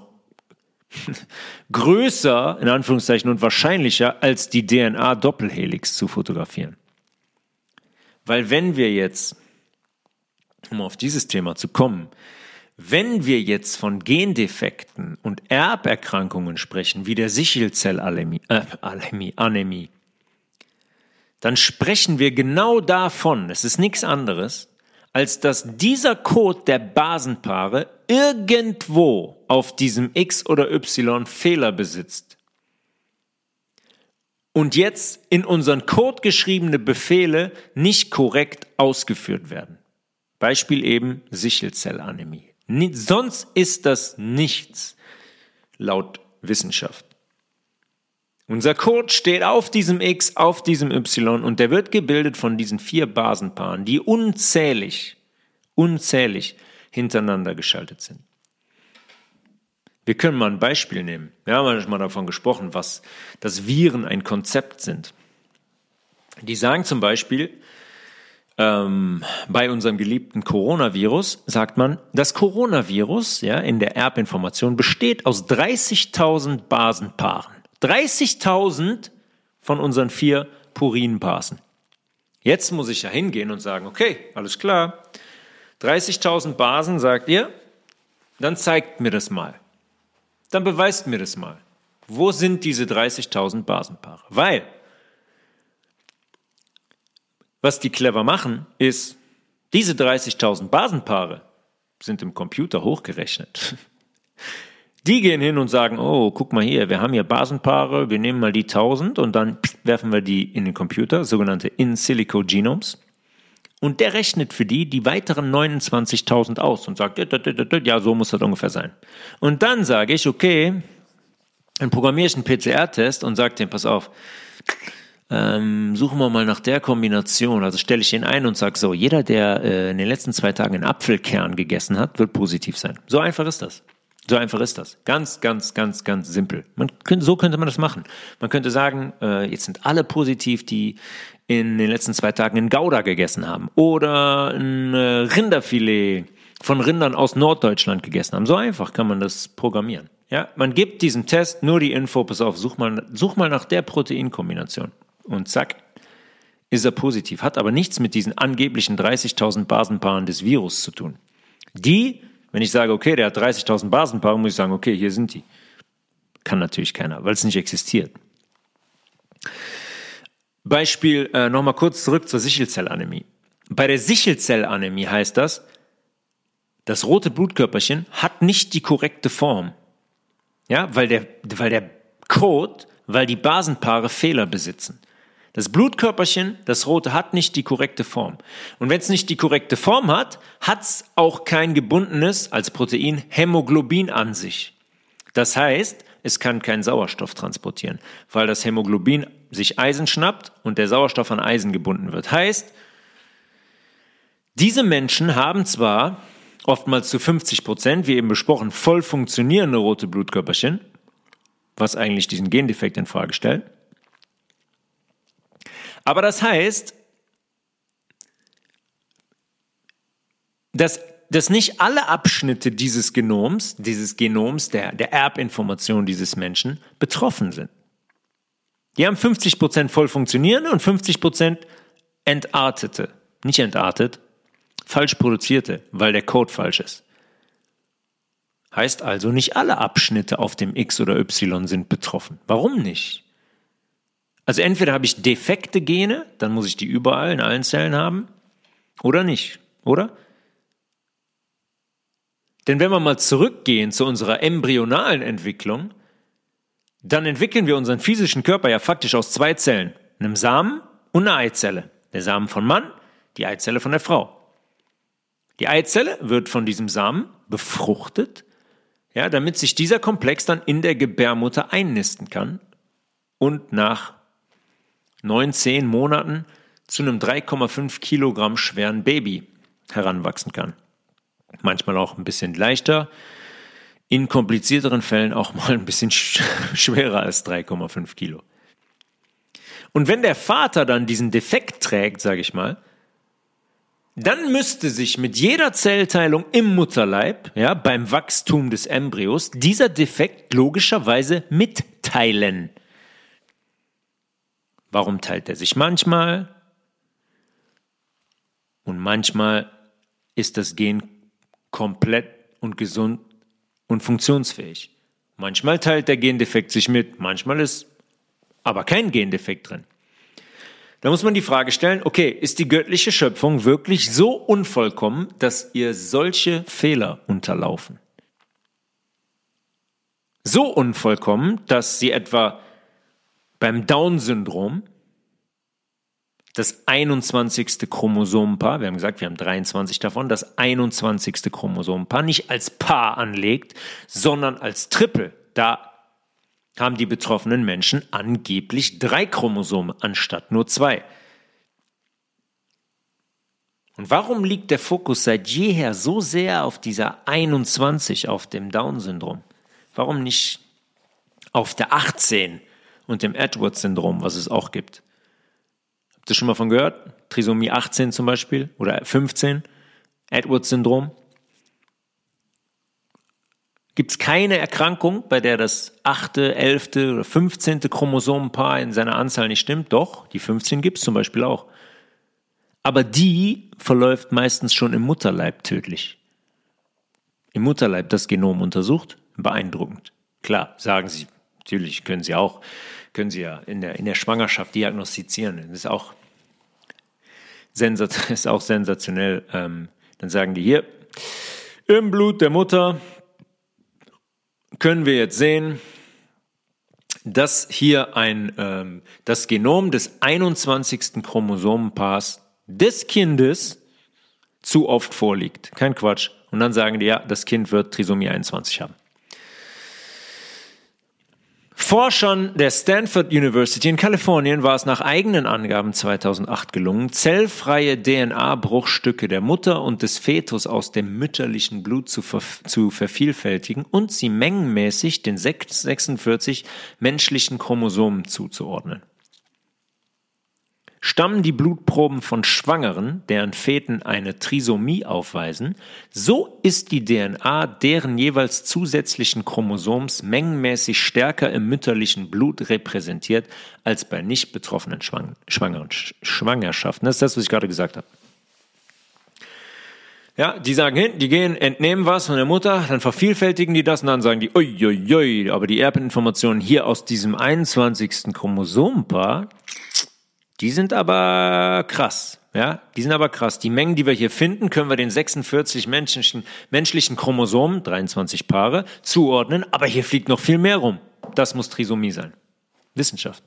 größer, in Anführungszeichen, und wahrscheinlicher, als die D N A-Doppelhelix zu fotografieren. Weil wenn wir jetzt, um auf dieses Thema zu kommen, wenn wir jetzt von Gendefekten und Erberkrankungen sprechen, wie der Sichelzellanämie, äh, Anämie, dann sprechen wir genau davon, es ist nichts anderes, als dass dieser Code der Basenpaare irgendwo auf diesem X oder Y Fehler besitzt. Und jetzt in unseren Code geschriebene Befehle nicht korrekt ausgeführt werden. Beispiel eben Sichelzellanämie. Sonst ist das nichts, laut Wissenschaft. Unser Code steht auf diesem X, auf diesem Y und der wird gebildet von diesen vier Basenpaaren, die unzählig, unzählig hintereinander geschaltet sind. Wir können mal ein Beispiel nehmen. Wir haben manchmal davon gesprochen, was, dass Viren ein Konzept sind. Die sagen zum Beispiel, ähm, bei unserem geliebten Coronavirus sagt man, das Coronavirus, ja, in der Erbinformation besteht aus dreißigtausend Basenpaaren. dreißigtausend von unseren vier Purinbasen. Jetzt muss ich ja hingehen und sagen, okay, alles klar, dreißigtausend Basen, sagt ihr, dann zeigt mir das mal. Dann beweist mir das mal. Wo sind diese dreißigtausend Basenpaare? Weil, was die clever machen, ist, diese dreißigtausend Basenpaare sind im Computer hochgerechnet. Die gehen hin und sagen, oh, guck mal hier, wir haben hier Basenpaare, wir nehmen mal die tausend und dann werfen wir die in den Computer, sogenannte In-Silico-Genomes. Und der rechnet für die die weiteren neunundzwanzigtausend aus und sagt, ja, so muss das ungefähr sein. Und dann sage ich, okay, dann programmiere ich einen P C R-Test und sage dem, pass auf, ähm, suchen wir mal nach der Kombination. Also stelle ich ihn ein und sage so, jeder, der äh, in den letzten zwei Tagen einen Apfelkern gegessen hat, wird positiv sein. So einfach ist das. So einfach ist das. Ganz, ganz, ganz, ganz simpel. Man, so könnte man das machen. Man könnte sagen, äh, jetzt sind alle positiv, die in den letzten zwei Tagen einen Gouda gegessen haben oder ein äh, Rinderfilet von Rindern aus Norddeutschland gegessen haben. So einfach kann man das programmieren. Ja, man gibt diesem Test nur die Info, pass auf, such mal, such mal nach der Proteinkombination. Und zack, ist er positiv. Hat aber nichts mit diesen angeblichen dreißigtausend Basenpaaren des Virus zu tun. Die, wenn ich sage, okay, der hat dreißigtausend Basenpaare, muss ich sagen, okay, hier sind die. Kann natürlich keiner, weil es nicht existiert. Beispiel, äh, nochmal kurz zurück zur Sichelzellanämie. Bei der Sichelzellanämie heißt das, das rote Blutkörperchen hat nicht die korrekte Form. Ja, weil der, weil der Code, weil die Basenpaare Fehler besitzen. Das Blutkörperchen, das rote, hat nicht die korrekte Form. Und wenn es nicht die korrekte Form hat, hat es auch kein gebundenes, als Protein, Hämoglobin an sich. Das heißt, es kann keinen Sauerstoff transportieren, weil das Hämoglobin sich Eisen schnappt und der Sauerstoff an Eisen gebunden wird. Heißt, diese Menschen haben zwar oftmals zu fünfzig Prozent, wie eben besprochen, voll funktionierende rote Blutkörperchen, was eigentlich diesen Gendefekt in Frage stellt. Aber das heißt, dass, dass nicht alle Abschnitte dieses Genoms, dieses Genoms, der, der Erbinformation dieses Menschen, betroffen sind. Die haben fünfzig Prozent voll funktionierende und fünfzig Prozent entartete. Nicht entartet, falsch produzierte, weil der Code falsch ist. Heißt also, nicht alle Abschnitte auf dem X oder Y sind betroffen. Warum nicht? Also entweder habe ich defekte Gene, dann muss ich die überall in allen Zellen haben, oder nicht, oder? Denn wenn wir mal zurückgehen zu unserer embryonalen Entwicklung, dann entwickeln wir unseren physischen Körper ja faktisch aus zwei Zellen, einem Samen und einer Eizelle. Der Samen von Mann, die Eizelle von der Frau. Die Eizelle wird von diesem Samen befruchtet, ja, damit sich dieser Komplex dann in der Gebärmutter einnisten kann und nach neun, zehn Monaten zu einem drei Komma fünf Kilogramm schweren Baby heranwachsen kann. Manchmal auch ein bisschen leichter, in komplizierteren Fällen auch mal ein bisschen sch- schwerer als drei Komma fünf Kilo. Und wenn der Vater dann diesen Defekt trägt, sage ich mal, dann müsste sich mit jeder Zellteilung im Mutterleib, ja, beim Wachstum des Embryos, dieser Defekt logischerweise mitteilen. Warum teilt er sich manchmal? Und manchmal ist das Gen komplett und gesund und funktionsfähig. Manchmal teilt der Gendefekt sich mit, manchmal ist aber kein Gendefekt drin. Da muss man die Frage stellen, okay, ist die göttliche Schöpfung wirklich so unvollkommen, dass ihr solche Fehler unterlaufen? So unvollkommen, dass sie etwa beim Down-Syndrom das einundzwanzigste Chromosomenpaar, wir haben gesagt, wir haben dreiundzwanzig davon, das einundzwanzigste Chromosomenpaar nicht als Paar anlegt, sondern als Triple. Da haben die betroffenen Menschen angeblich drei Chromosome anstatt nur zwei. Und warum liegt der Fokus seit jeher so sehr auf dieser einundzwanzig, auf dem Down-Syndrom? Warum nicht auf der achtzehn und dem Edwards-Syndrom, was es auch gibt? Habt ihr schon mal von gehört? Trisomie achtzehn zum Beispiel oder fünfzehn, Edwards-Syndrom. Gibt es keine Erkrankung, bei der das achte, elfte oder fünfzehnte Chromosomenpaar in seiner Anzahl nicht stimmt? Doch, die fünfzehn gibt es zum Beispiel auch. Aber die verläuft meistens schon im Mutterleib tödlich. Im Mutterleib das Genom untersucht, beeindruckend. Klar, sagen sie, natürlich können sie auch, können sie ja in der, in der Schwangerschaft diagnostizieren. Das ist auch, sensat, ist auch sensationell. Ähm, dann sagen die hier, im Blut der Mutter können wir jetzt sehen, dass hier ein, ähm, das Genom des einundzwanzigsten Chromosomenpaars des Kindes zu oft vorliegt. Kein Quatsch. Und dann sagen die, ja, das Kind wird Trisomie einundzwanzig haben. Forschern der Stanford University in Kalifornien war es nach eigenen Angaben zweitausendacht gelungen, zellfreie D N A-Bruchstücke der Mutter und des Fetus aus dem mütterlichen Blut zu, ver- zu vervielfältigen und sie mengenmäßig den sechsundvierzig menschlichen Chromosomen zuzuordnen. Stammen die Blutproben von Schwangeren, deren Feten eine Trisomie aufweisen, so ist die D N A deren jeweils zusätzlichen Chromosoms mengenmäßig stärker im mütterlichen Blut repräsentiert als bei nicht betroffenen Schwang- Schwangeren, Schwangerschaften. Das ist das, was ich gerade gesagt habe. Ja, die sagen hin, die gehen, entnehmen was von der Mutter, dann vervielfältigen die das und dann sagen die, ui, ui, ui, aber die Erbinformationen hier aus diesem einundzwanzigsten Chromosomenpaar, die sind aber krass, ja, die sind aber krass. Die Mengen, die wir hier finden, können wir den sechsundvierzig menschlichen, menschlichen Chromosomen, dreiundzwanzig Paare, zuordnen, aber hier fliegt noch viel mehr rum. Das muss Trisomie sein. Wissenschaft.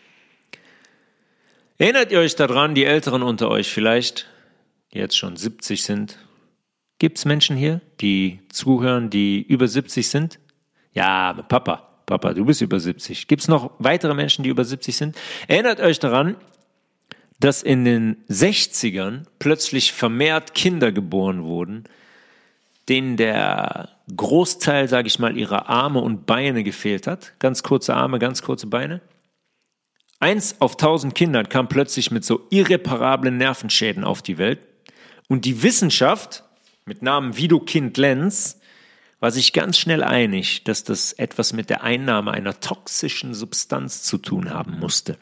Erinnert ihr euch daran, die Älteren unter euch vielleicht, die jetzt schon siebzig sind? Gibt es Menschen hier, die zuhören, die über siebzig sind? Ja, Papa, Papa, du bist über siebzig. Gibt es noch weitere Menschen, die über siebzig sind? Erinnert euch daran, dass in den sechzigern plötzlich vermehrt Kinder geboren wurden, denen der Großteil, sage ich mal, ihrer Arme und Beine gefehlt hat. Ganz kurze Arme, ganz kurze Beine. Eins auf tausend Kindern kam plötzlich mit so irreparablen Nervenschäden auf die Welt. Und die Wissenschaft mit Namen Widukind Lenz war sich ganz schnell einig, dass das etwas mit der Einnahme einer toxischen Substanz zu tun haben musste.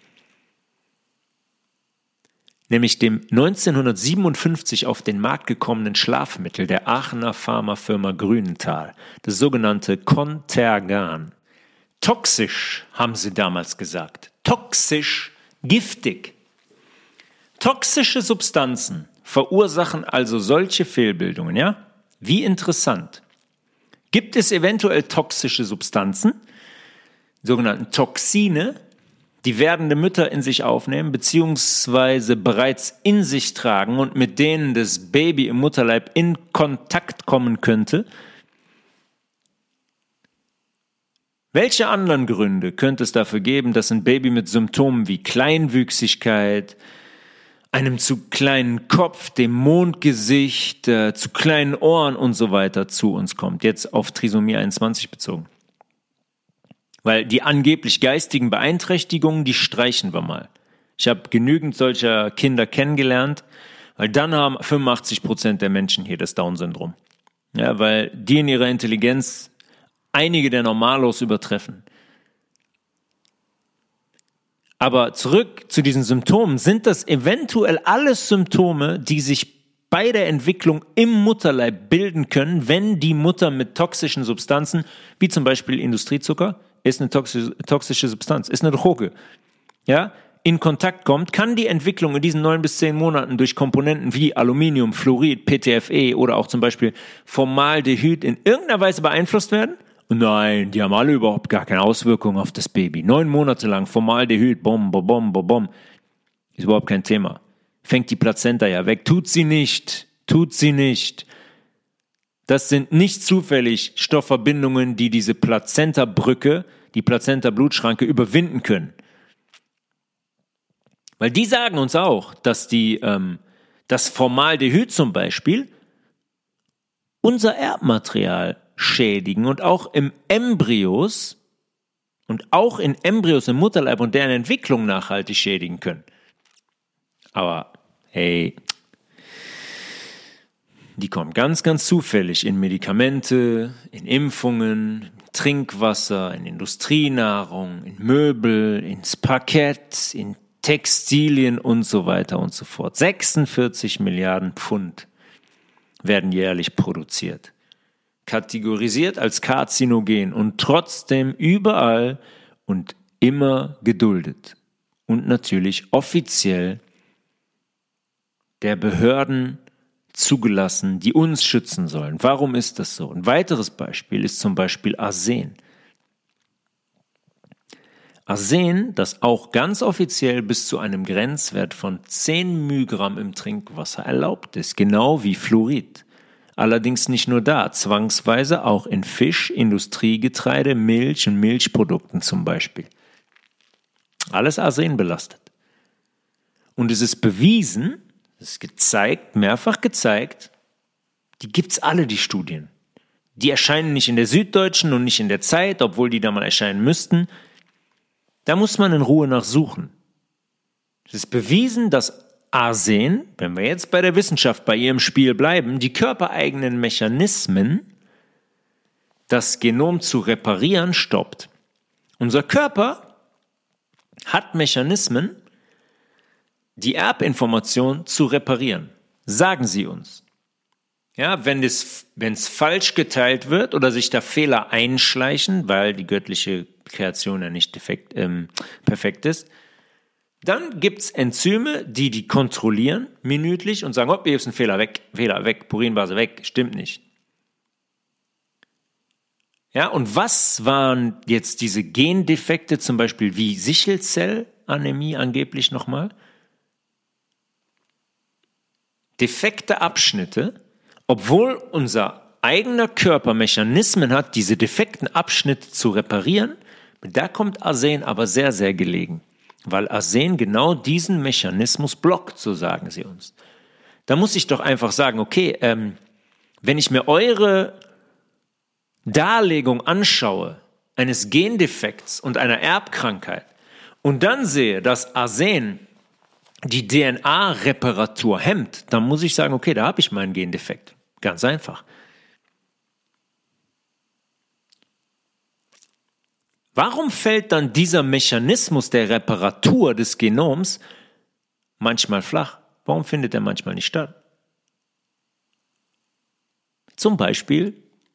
Nämlich dem neunzehnhundertsiebenundfünfzig auf den Markt gekommenen Schlafmittel der Aachener Pharmafirma Grünenthal, das sogenannte Contergan. Toxisch, haben sie damals gesagt. Toxisch, giftig. Toxische Substanzen verursachen also solche Fehlbildungen, ja? Wie interessant. Gibt es eventuell toxische Substanzen, sogenannten Toxine, die werdende Mütter in sich aufnehmen, beziehungsweise bereits in sich tragen und mit denen das Baby im Mutterleib in Kontakt kommen könnte? Welche anderen Gründe könnte es dafür geben, dass ein Baby mit Symptomen wie Kleinwüchsigkeit, einem zu kleinen Kopf, dem Mondgesicht, äh, zu kleinen Ohren und so weiter zu uns kommt, jetzt auf Trisomie einundzwanzig bezogen? Weil die angeblich geistigen Beeinträchtigungen, die streichen wir mal. Ich habe genügend solcher Kinder kennengelernt, weil dann haben fünfundachtzig Prozent der Menschen hier das Down-Syndrom. Ja, weil die in ihrer Intelligenz einige der Normalos übertreffen. Aber zurück zu diesen Symptomen. Sind das eventuell alles Symptome, die sich bei der Entwicklung im Mutterleib bilden können, wenn die Mutter mit toxischen Substanzen, wie zum Beispiel Industriezucker, ist eine toxische, toxische Substanz, ist eine Droge, ja, in Kontakt kommt, kann die Entwicklung in diesen neun bis zehn Monaten durch Komponenten wie Aluminium, Fluorid, P T F E oder auch zum Beispiel Formaldehyd in irgendeiner Weise beeinflusst werden? Nein, die haben alle überhaupt gar keine Auswirkungen auf das Baby. Neun Monate lang Formaldehyd, bom, bom, bom, bom, bom, ist überhaupt kein Thema. Fängt die Plazenta ja weg. Tut sie nicht, tut sie nicht. Das sind nicht zufällig Stoffverbindungen, die diese Plazenta-Brücke, die Plazenta-Blutschranke überwinden können. Weil die sagen uns auch, dass die, ähm, das Formaldehyd zum Beispiel unser Erbmaterial schädigen und auch im Embryos und auch in Embryos im Mutterleib und deren Entwicklung nachhaltig schädigen können. Aber hey, die kommen ganz, ganz zufällig in Medikamente, in Impfungen, Trinkwasser, in Industrienahrung, in Möbel, ins Parkett, in Textilien und so weiter und so fort. sechsundvierzig Milliarden Pfund werden jährlich produziert, kategorisiert als karzinogen und trotzdem überall und immer geduldet und natürlich offiziell der Behörden zugelassen, die uns schützen sollen. Warum ist das so? Ein weiteres Beispiel ist zum Beispiel Arsen. Arsen, das auch ganz offiziell bis zu einem Grenzwert von zehn Milligramm im Trinkwasser erlaubt ist, genau wie Fluorid. Allerdings nicht nur da, zwangsweise auch in Fisch, Industriegetreide, Milch und Milchprodukten zum Beispiel. Alles Arsen belastet. Und es ist bewiesen, es ist gezeigt, mehrfach gezeigt, die gibt's alle, die Studien. Die erscheinen nicht in der Süddeutschen und nicht in der Zeit, obwohl die da mal erscheinen müssten. Da muss man in Ruhe nachsuchen. Es ist bewiesen, dass Arsen, wenn wir jetzt bei der Wissenschaft bei ihrem Spiel bleiben, die körpereigenen Mechanismen, das Genom zu reparieren, stoppt. Unser Körper hat Mechanismen, die Erbinformation zu reparieren. Sagen Sie uns. Ja, wenn es, wenn es falsch geteilt wird oder sich da Fehler einschleichen, weil die göttliche Kreation ja nicht defekt, ähm, perfekt ist, dann gibt es Enzyme, die die kontrollieren, minütlich, und sagen, oh, hier ist ein Fehler, weg, Fehler, weg, Purinbase, weg, stimmt nicht. Ja, und was waren jetzt diese Gendefekte, zum Beispiel wie Sichelzellanämie angeblich nochmal? Defekte Abschnitte, obwohl unser eigener Körper Mechanismen hat, diese defekten Abschnitte zu reparieren, da kommt Arsen aber sehr, sehr gelegen, weil Arsen genau diesen Mechanismus blockt, so sagen sie uns. Da muss ich doch einfach sagen, okay, ähm, wenn ich mir eure Darlegung anschaue, eines Gendefekts und einer Erbkrankheit, und dann sehe, dass Arsen die D N A-Reparatur hemmt, dann muss ich sagen, okay, da habe ich meinen Gendefekt. Ganz einfach. Warum fällt dann dieser Mechanismus der Reparatur des Genoms manchmal flach? Warum findet er manchmal nicht statt? Zum Beispiel,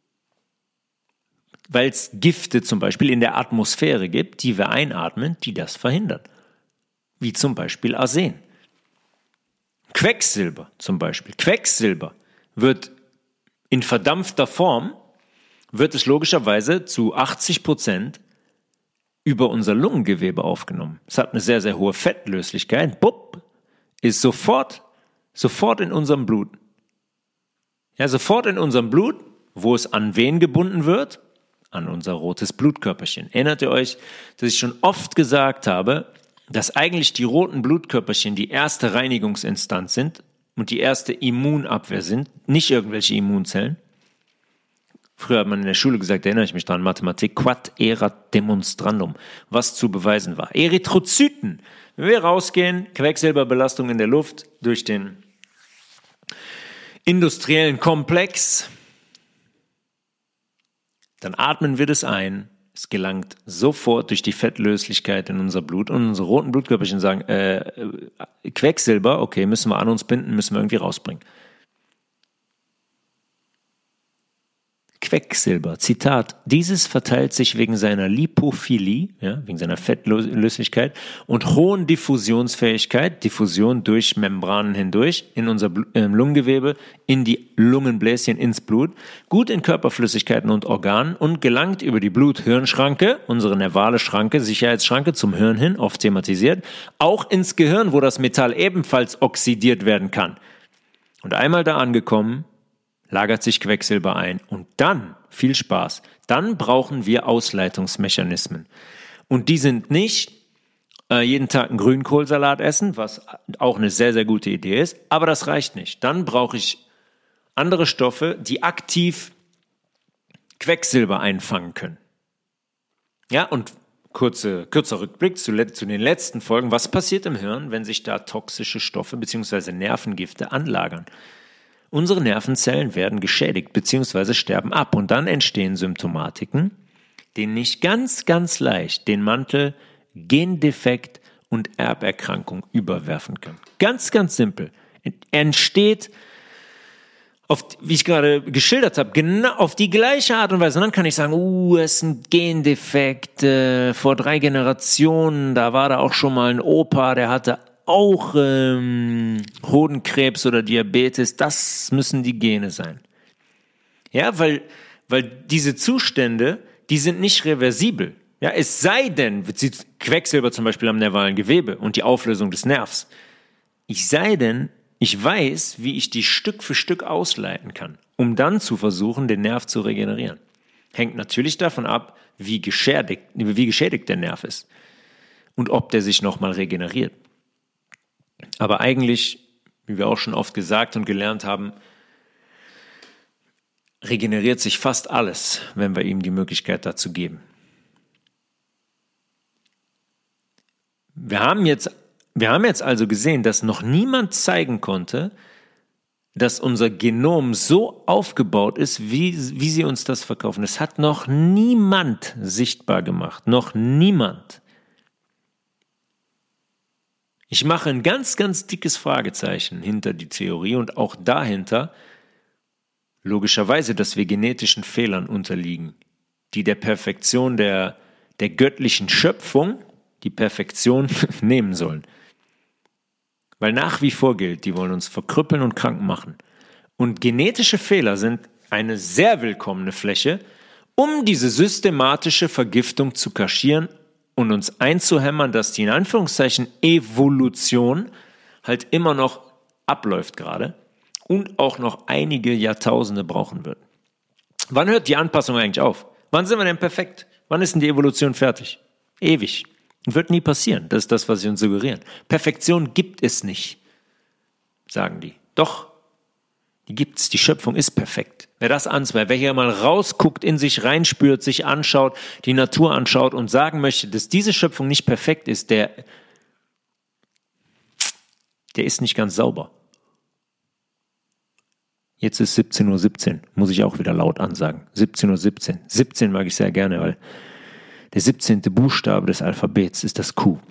weil es Gifte zum Beispiel in der Atmosphäre gibt, die wir einatmen, die das verhindern. Wie zum Beispiel Arsen. Quecksilber zum Beispiel. Quecksilber wird in verdampfter Form, wird es logischerweise zu achtzig Prozent über unser Lungengewebe aufgenommen. Es hat eine sehr, sehr hohe Fettlöslichkeit. Bupp, ist sofort, sofort in unserem Blut. Ja, sofort in unserem Blut, wo es an wen gebunden wird? An unser rotes Blutkörperchen. Erinnert ihr euch, dass ich schon oft gesagt habe, dass eigentlich die roten Blutkörperchen die erste Reinigungsinstanz sind und die erste Immunabwehr sind, nicht irgendwelche Immunzellen? Früher hat man in der Schule gesagt, erinnere ich mich dran, Mathematik, quod erat demonstrandum, was zu beweisen war. Erythrozyten, wenn wir rausgehen, Quecksilberbelastung in der Luft durch den industriellen Komplex, dann atmen wir das ein. Es gelangt sofort durch die Fettlöslichkeit in unser Blut und unsere roten Blutkörperchen sagen, äh, Quecksilber, okay, müssen wir an uns binden, müssen wir irgendwie rausbringen. Quecksilber, Zitat, dieses verteilt sich wegen seiner Lipophilie, ja, wegen seiner Fettlöslichkeit und hohen Diffusionsfähigkeit, Diffusion durch Membranen hindurch, in unser Bl- äh, Lungengewebe, in die Lungenbläschen, ins Blut, gut in Körperflüssigkeiten und Organen und gelangt über die Blut-Hirn-Schranke, unsere nervale Schranke, Sicherheitsschranke zum Hirn hin, oft thematisiert, auch ins Gehirn, wo das Metall ebenfalls oxidiert werden kann. Und einmal da angekommen, lagert sich Quecksilber ein. Und dann, viel Spaß, dann brauchen wir Ausleitungsmechanismen. Und die sind nicht äh, jeden Tag einen Grünkohlsalat essen, was auch eine sehr, sehr gute Idee ist, aber das reicht nicht. Dann brauche ich andere Stoffe, die aktiv Quecksilber einfangen können. Ja, und kurze, kurzer Rückblick zu, zu den letzten Folgen. Was passiert im Hirn, wenn sich da toxische Stoffe bzw. Nervengifte anlagern? Unsere Nervenzellen werden geschädigt bzw. sterben ab und dann entstehen Symptomatiken, denen nicht ganz, ganz leicht den Mantel Gendefekt und Erberkrankung überwerfen können. Ganz, ganz simpel. Entsteht, auf, wie ich gerade geschildert habe, genau auf die gleiche Art und Weise. Und dann kann ich sagen, uh, es ist ein Gendefekt, äh, vor drei Generationen, da war da auch schon mal ein Opa, der hatte auch ähm, Hodenkrebs oder Diabetes. Das müssen die Gene sein. Ja, weil, weil diese Zustände, die sind nicht reversibel. Ja, es sei denn, Quecksilber zum Beispiel am nervalen Gewebe und die Auflösung des Nervs. Ich sei denn, ich weiß, wie ich die Stück für Stück ausleiten kann, um dann zu versuchen, den Nerv zu regenerieren. Hängt natürlich davon ab, wie geschädigt, wie geschädigt der Nerv ist und ob der sich nochmal regeneriert. Aber eigentlich, wie wir auch schon oft gesagt und gelernt haben, regeneriert sich fast alles, wenn wir ihm die Möglichkeit dazu geben. Wir haben jetzt, wir haben jetzt also gesehen, dass noch niemand zeigen konnte, dass unser Genom so aufgebaut ist, wie, wie sie uns das verkaufen. Es hat noch niemand sichtbar gemacht. Noch niemand. Ich mache ein ganz, ganz dickes Fragezeichen hinter die Theorie und auch dahinter, logischerweise, dass wir genetischen Fehlern unterliegen, die der Perfektion der, der göttlichen Schöpfung die Perfektion nehmen sollen. Weil nach wie vor gilt, die wollen uns verkrüppeln und krank machen. Und genetische Fehler sind eine sehr willkommene Fläche, um diese systematische Vergiftung zu kaschieren und uns einzuhämmern, dass die in Anführungszeichen Evolution halt immer noch abläuft gerade und auch noch einige Jahrtausende brauchen wird. Wann hört die Anpassung eigentlich auf? Wann sind wir denn perfekt? Wann ist denn die Evolution fertig? Ewig. Und wird nie passieren. Das ist das, was sie uns suggerieren. Perfektion gibt es nicht, sagen die. Doch, die gibt's. Die Schöpfung ist perfekt. Wer das anzweifelt, wer hier mal rausguckt, in sich reinspürt, sich anschaut, die Natur anschaut und sagen möchte, dass diese Schöpfung nicht perfekt ist, der, der ist nicht ganz sauber. Jetzt ist siebzehn Uhr siebzehn, muss ich auch wieder laut ansagen. siebzehn Uhr siebzehn. siebzehn mag ich sehr gerne, weil der siebzehnte Buchstabe des Alphabets ist das Q.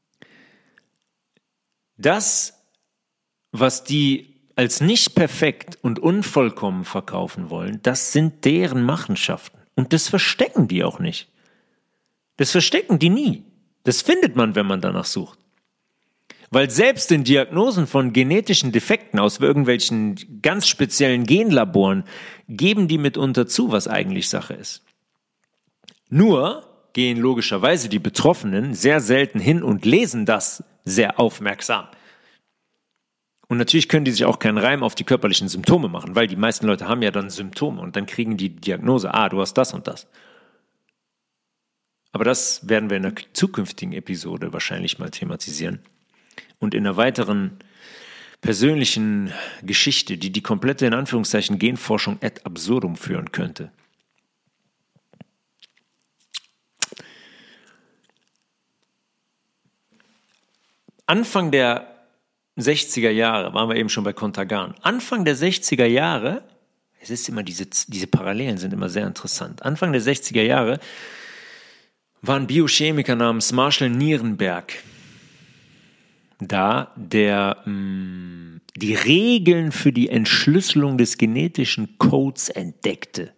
Das, was die als nicht perfekt und unvollkommen verkaufen wollen, das sind deren Machenschaften. Und das verstecken die auch nicht. Das verstecken die nie. Das findet man, wenn man danach sucht. Weil selbst in Diagnosen von genetischen Defekten aus irgendwelchen ganz speziellen Genlaboren geben die mitunter zu, was eigentlich Sache ist. Nur gehen logischerweise die Betroffenen sehr selten hin und lesen das sehr aufmerksam. Und natürlich können die sich auch keinen Reim auf die körperlichen Symptome machen, weil die meisten Leute haben ja dann Symptome und dann kriegen die Diagnose, ah, du hast das und das. Aber das werden wir in einer zukünftigen Episode wahrscheinlich mal thematisieren. Und in einer weiteren persönlichen Geschichte, die die komplette, in Anführungszeichen, Genforschung ad absurdum führen könnte. Anfang der sechziger Jahre, waren wir eben schon bei Contagan, Anfang der sechziger Jahre, es ist immer diese, diese Parallelen sind immer sehr interessant, Anfang der sechziger Jahre war ein Biochemiker namens Marshall Nierenberg da, der mh, die Regeln für die Entschlüsselung des genetischen Codes entdeckte.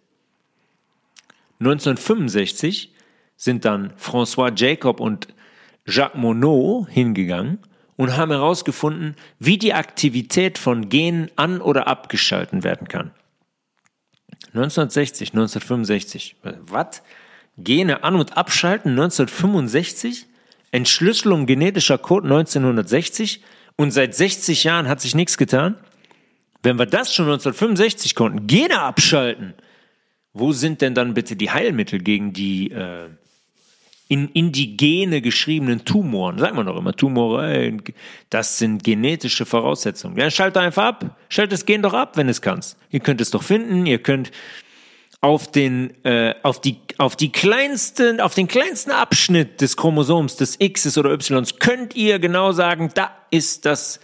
neunzehnhundertfünfundsechzig sind dann François Jacob und Jacques Monod hingegangen und haben herausgefunden, wie die Aktivität von Genen an- oder abgeschalten werden kann. neunzehnhundertsechzig, neunzehnhundertfünfundsechzig. Was? Gene an- und abschalten neunzehnhundertfünfundsechzig? Entschlüsselung genetischer Code neunzehnhundertsechzig? Und seit sechzig Jahren hat sich nichts getan? Wenn wir das schon neunzehnhundertfünfundsechzig konnten, Gene abschalten, wo sind denn dann bitte die Heilmittel gegen die äh, in indigene geschriebenen Tumoren? Sagen wir noch immer, Tumore, ey, das sind genetische Voraussetzungen. Ja, schalt einfach ab, schalt das Gen doch ab, wenn es kannst. Ihr könnt es doch finden, ihr könnt auf den, äh, auf die, auf die kleinsten, auf den kleinsten Abschnitt des Chromosoms, des Xs oder Ys, könnt ihr genau sagen, da ist das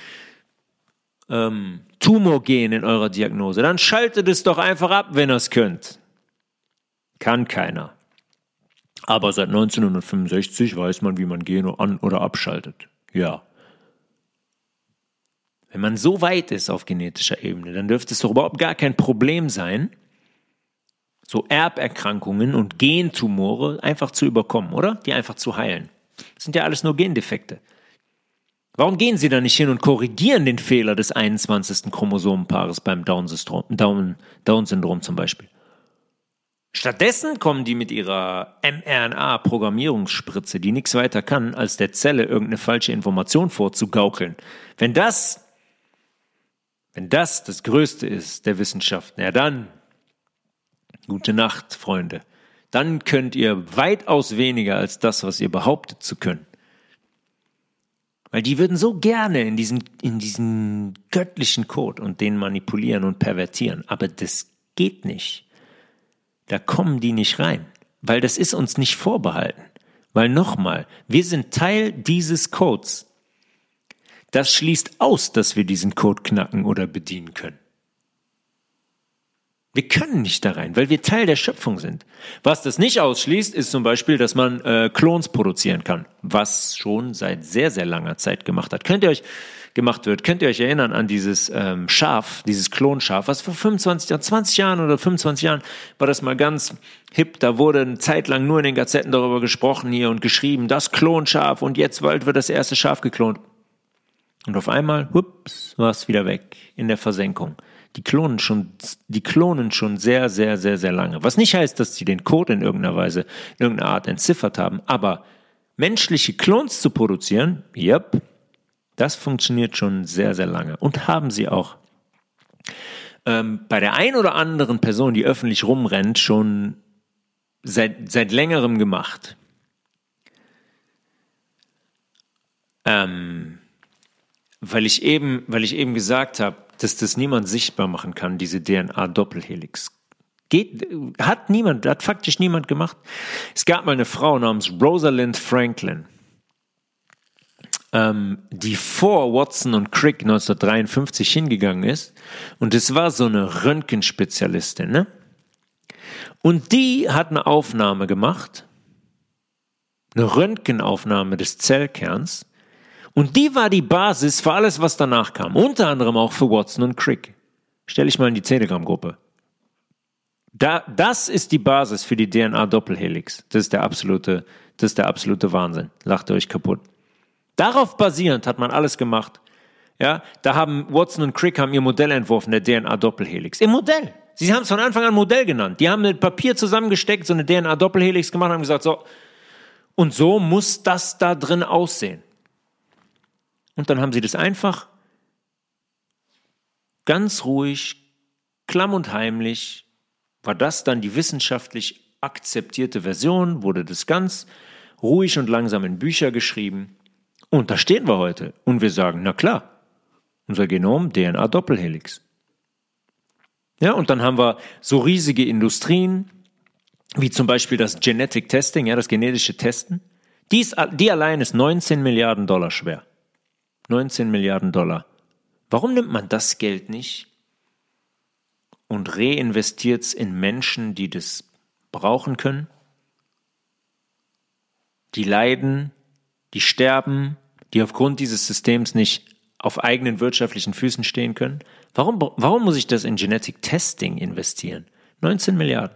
ähm, Tumorgen in eurer Diagnose. Dann schaltet es doch einfach ab, wenn ihr es könnt. Kann keiner. Aber seit neunzehnhundertfünfundsechzig weiß man, wie man Gene an- oder abschaltet. Ja. Wenn man so weit ist auf genetischer Ebene, dann dürfte es doch überhaupt gar kein Problem sein, so Erberkrankungen und Gentumore einfach zu überkommen, oder? Die einfach zu heilen. Das sind ja alles nur Gendefekte. Warum gehen Sie da nicht hin und korrigieren den Fehler des einundzwanzigsten Chromosomenpaares beim Down-Syndrom, Down, Down-Syndrom zum Beispiel? Stattdessen kommen die mit ihrer mRNA-Programmierungsspritze, die nichts weiter kann, als der Zelle irgendeine falsche Information vorzugaukeln. Wenn das, wenn das das Größte ist der Wissenschaft, na dann, gute Nacht, Freunde. Dann könnt ihr weitaus weniger als das, was ihr behauptet zu können. Weil die würden so gerne in diesen, in diesen göttlichen Code und den manipulieren und pervertieren. Aber das geht nicht. Da kommen die nicht rein. Weil das ist uns nicht vorbehalten. Weil nochmal, wir sind Teil dieses Codes. Das schließt aus, dass wir diesen Code knacken oder bedienen können. Wir können nicht da rein, weil wir Teil der Schöpfung sind. Was das nicht ausschließt, ist zum Beispiel, dass man äh, Klons produzieren kann, was schon seit sehr, sehr langer Zeit gemacht hat. Könnt ihr euch gemacht wird, könnt ihr euch erinnern an dieses ähm, Schaf, dieses Klonschaf, was vor fünfundzwanzig, zwanzig Jahren oder fünfundzwanzig Jahren war das mal ganz hip. Da wurde eine Zeit lang nur in den Gazetten darüber gesprochen hier und geschrieben, das Klonschaf und jetzt bald wird das erste Schaf geklont. Und auf einmal, hups, war es wieder weg in der Versenkung. Die klonen schon, die klonen schon sehr, sehr, sehr, sehr lange. Was nicht heißt, dass sie den Code in irgendeiner Weise, in irgendeiner Art entziffert haben. Aber menschliche Klons zu produzieren, yep, das funktioniert schon sehr, sehr lange. Und haben sie auch ähm, bei der ein oder anderen Person, die öffentlich rumrennt, schon seit, seit längerem gemacht. Ähm, weil ich eben, weil ich eben gesagt habe, dass das niemand sichtbar machen kann, diese D N A-Doppelhelix. Geht, hat niemand, hat faktisch niemand gemacht. Es gab mal eine Frau namens Rosalind Franklin, ähm, die vor Watson und Crick neunzehnhundertdreiundfünfzig hingegangen ist. Und es war so eine Röntgenspezialistin, ne? Und die hat eine Aufnahme gemacht, eine Röntgenaufnahme des Zellkerns. Und die war die Basis für alles, was danach kam. Unter anderem auch für Watson und Crick. Stell ich mal in die Telegram-Gruppe. Da, das ist die Basis für die D N A-Doppelhelix. Das ist der absolute, das ist der absolute Wahnsinn. Lacht ihr euch kaputt. Darauf basierend hat man alles gemacht. Ja, da haben Watson und Crick haben ihr Modell entworfen, der D N A-Doppelhelix. Im Modell. Sie haben es von Anfang an Modell genannt. Die haben mit Papier zusammengesteckt, so eine D N A-Doppelhelix gemacht und haben gesagt, so, und so muss das da drin aussehen. Und dann haben sie das einfach ganz ruhig, klamm und heimlich, war das dann die wissenschaftlich akzeptierte Version, wurde das ganz ruhig und langsam in Bücher geschrieben. Und da stehen wir heute. Und wir sagen, na klar, unser Genom, D N A-Doppelhelix. Ja, und dann haben wir so riesige Industrien, wie zum Beispiel das Genetic Testing, ja, das genetische Testen. Dies, die allein ist neunzehn Milliarden Dollar schwer. neunzehn Milliarden Dollar. Warum nimmt man das Geld nicht und reinvestiert es in Menschen, die das brauchen können? Die leiden, die sterben, die aufgrund dieses Systems nicht auf eigenen wirtschaftlichen Füßen stehen können? Warum, warum muss ich das in Genetic Testing investieren? neunzehn Milliarden.